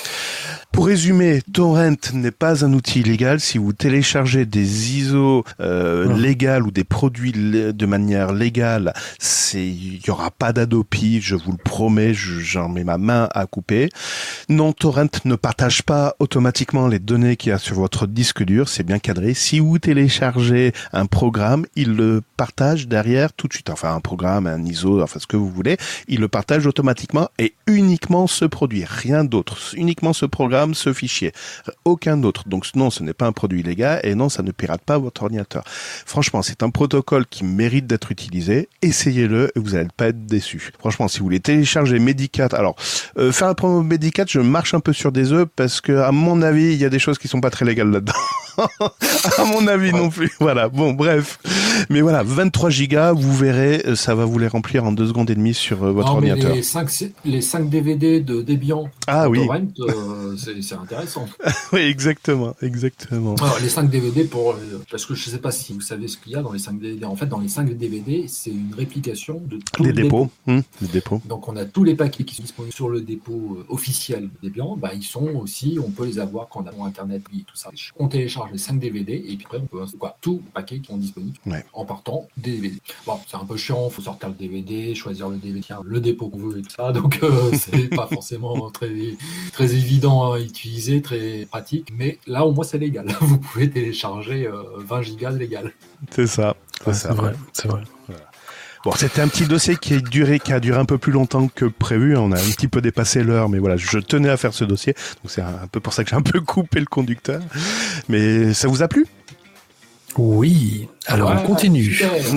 Pour résumer, Torrent n'est pas un outil illégal. Si vous téléchargez des ISO légales ou des produits de manière légale, il y aura pas d'Adopi, je vous le promets, j'en mets ma main à couper. Non, Torrent ne partage pas automatiquement les données qu'il y a sur votre disque dur, c'est bien cadré. Si vous téléchargez un programme, il le partage derrière tout de suite. Enfin, un programme, un ISO, enfin ce que vous voulez, il le partage automatiquement et uniquement ce produit, rien d'autre. Uniquement ce programme, ce fichier, aucun autre. Donc non, ce n'est pas un produit illégal et non, ça ne pirate pas votre ordinateur. Franchement, c'est un protocole qui mérite d'être utilisé. Essayez-le et vous n'allez pas être déçus. Franchement, si vous voulez télécharger Medicat, alors faire la promo Medicat, je marche un peu sur des œufs parce que à mon avis, il y a des choses qui sont pas très légales là-dedans. À mon avis non plus. Voilà. Bon, bref. Mais voilà, 23 gigas, vous verrez, ça va vous les remplir en 2 secondes et demie sur votre ordinateur. Les 5 DVD de Debian oui. Torrent, c'est intéressant. Oui, exactement. Alors, les 5 DVD parce que je sais pas si vous savez ce qu'il y a dans les 5 DVD. En fait, dans les 5 DVD, c'est une réplication de tous les dépôts. Les dépôts. Donc, on a tous les paquets qui sont disponibles sur le dépôt officiel de Debian. Ils sont aussi, on peut les avoir quand on a Internet et tout ça. On télécharge les 5 DVD et puis après, on peut tous les paquets qui sont disponibles en partant des DVD. Bon, c'est un peu chiant, il faut sortir le DVD, choisir le DVD, le dépôt qu'on veut et tout ça. Donc, c'est pas forcément très évident à utiliser, très pratique. Mais là, au moins, c'est légal. Vous pouvez télécharger 20 gigas légal. C'est ça. C'est vrai. Voilà. Bon, c'était un petit dossier qui a duré un peu plus longtemps que prévu. On a un petit peu dépassé l'heure, mais voilà, je tenais à faire ce dossier. Donc c'est un peu pour ça que j'ai un peu coupé le conducteur. Mais ça vous a plu ? Oui, alors on continue.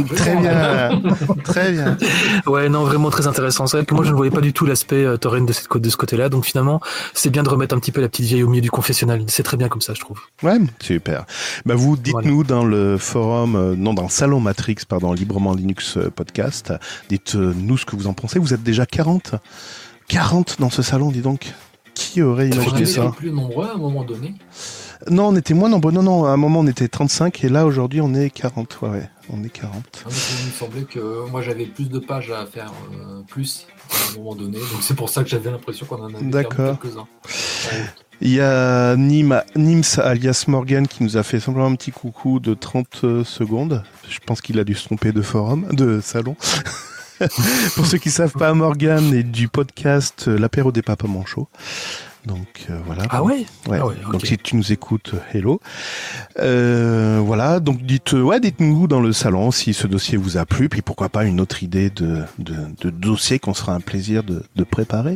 Très bien. Ouais, non, vraiment très intéressant. C'est vrai que moi je ne voyais pas du tout l'aspect Torrent de ce côté-là, donc finalement c'est bien de remettre un petit peu la petite vieille au milieu du confessionnal. C'est très bien comme ça, je trouve. Ouais, super. Vous dites-nous dans le forum, dans le salon Matrix, Librement Linux podcast, dites-nous ce que vous en pensez. Vous êtes déjà 40 dans ce salon, dis donc. Qui aurait imaginé ça ? On était plus nombreux à un moment donné. Non, on était moins nombreux. Non, à un moment on était 35 et là aujourd'hui on est 40. Ouais, on est 40. Il me semblait que moi j'avais plus de pages à faire plus à un moment donné, donc c'est pour ça que j'avais l'impression qu'on en avait quelques-uns. Il y a Nims alias Morgan qui nous a fait simplement un petit coucou de 30 secondes. Je pense qu'il a dû se tromper de salon. Pour ceux qui savent pas, Morgan est du podcast L'apéro des papas manchots. Donc voilà. Ah ouais. Okay. Donc si tu nous écoutes, hello. Voilà. Donc dites-nous dans le salon si ce dossier vous a plu, puis pourquoi pas une autre idée de dossier qu'on sera un plaisir de préparer.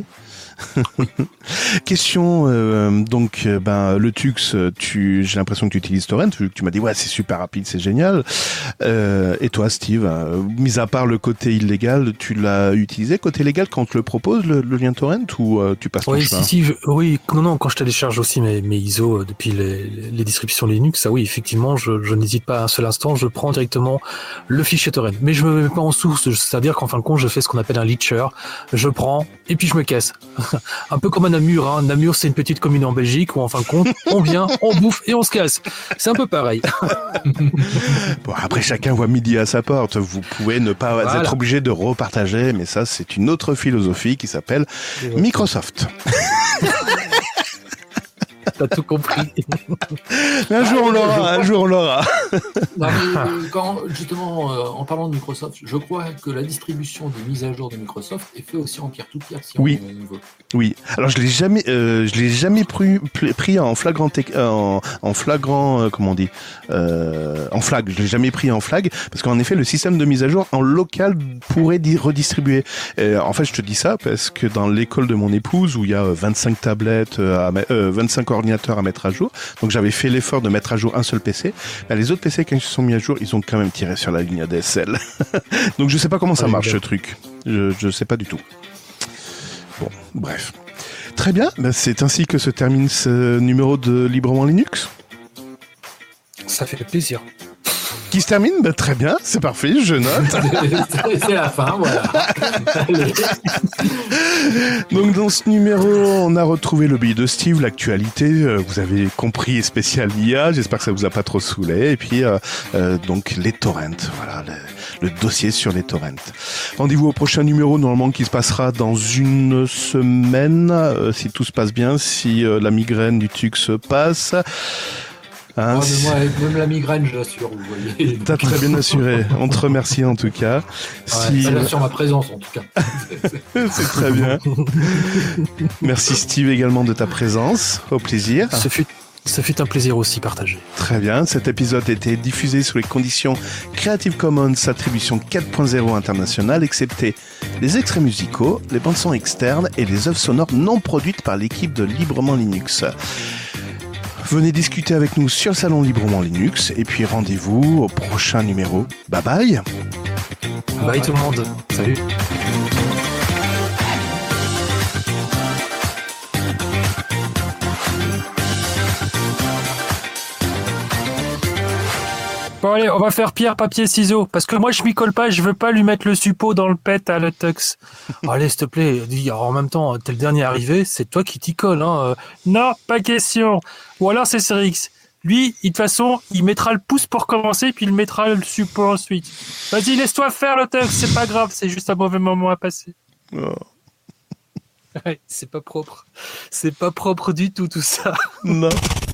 Question le Tux, j'ai l'impression que tu utilises Torrent, vu que tu m'as dit c'est super rapide, c'est génial. Et toi Steve, mis à part le côté illégal, tu l'as utilisé côté légal quand on te le propose le lien Torrent ou tu passes ton chemin? Non, quand je télécharge aussi mes ISO depuis les distributions Linux, ça oui, effectivement, je n'hésite pas un seul instant, je prends directement le fichier Torrent, mais je me mets pas en source, c'est-à-dire qu'en fin de compte, je fais ce qu'on appelle un leacher, je prends et puis je me casse. Un peu comme à Namur, Namur c'est une petite commune en Belgique où en fin de compte, on vient, on bouffe et on se casse. C'est un peu pareil. Bon, après chacun voit midi à sa porte, vous pouvez ne pas être obligé de repartager, mais ça c'est une autre philosophie qui s'appelle Microsoft. T'as tout compris. Un jour on l'aura. Non, mais quand, justement, en parlant de Microsoft, je crois que la distribution des mises à jour de Microsoft est faite aussi en peer-to-peer si on veut. Oui. Alors je l'ai jamais pris en flagrant en flag. Je l'ai jamais pris en flag parce qu'en effet le système de mise à jour en local pourrait redistribuer. En fait, je te dis ça parce que dans l'école de mon épouse où il y a 25 tablettes, 25 ordinateurs à mettre à jour, donc j'avais fait l'effort de mettre à jour un seul PC. Les autres PC quand ils se sont mis à jour, ils ont quand même tiré sur la ligne ADSL. Donc je sais pas comment ça marche ce truc. Je sais pas du tout. Bon, bref. Très bien, c'est ainsi que se termine ce numéro de Librement Linux. Ça fait plaisir. qui se termine. Bah, très bien, c'est parfait, je note. C'est la fin, voilà. Allez. Donc dans ce numéro, on a retrouvé le billet de Steve, l'actualité. Vous avez compris, spécial IA. J'espère que ça vous a pas trop saoulé. Et puis donc les torrents, voilà le dossier sur les torrents. Rendez-vous au prochain numéro, normalement qui se passera dans une semaine, si tout se passe bien, si la migraine du TUC se passe. Hein, Mais moi, même la migraine, je l'assure, vous voyez. T'as très bien assuré. On te remercie en tout cas. Elle assure ma présence en tout cas. C'est très bien. Merci Steve également de ta présence. Au plaisir. Ça fut un plaisir aussi partagé. Très bien. Cet épisode a été diffusé sous les conditions Creative Commons Attribution 4.0 internationale, excepté les extraits musicaux, les bandes-sons externes et les œuvres sonores non produites par l'équipe de Librement Linux. Venez discuter avec nous sur le salon Librement Linux et puis rendez-vous au prochain numéro. Bye bye. Bye tout le monde. Salut. Bon allez, on va faire pierre, papier, ciseaux. Parce que moi je m'y colle pas, je veux pas lui mettre le suppôt dans le pet à le tux. Allez, s'il te plaît, dis, en même temps, t'es le dernier arrivé, c'est toi qui t'y colle. Hein. Non, pas question. Ou alors c'est Cérix. Lui, de toute façon, il mettra le pouce pour commencer, puis il mettra le suppôt ensuite. Vas-y, laisse-toi faire le tux, c'est pas grave, c'est juste un mauvais moment à passer. Oh. Ouais, c'est pas propre. C'est pas propre du tout ça. Non.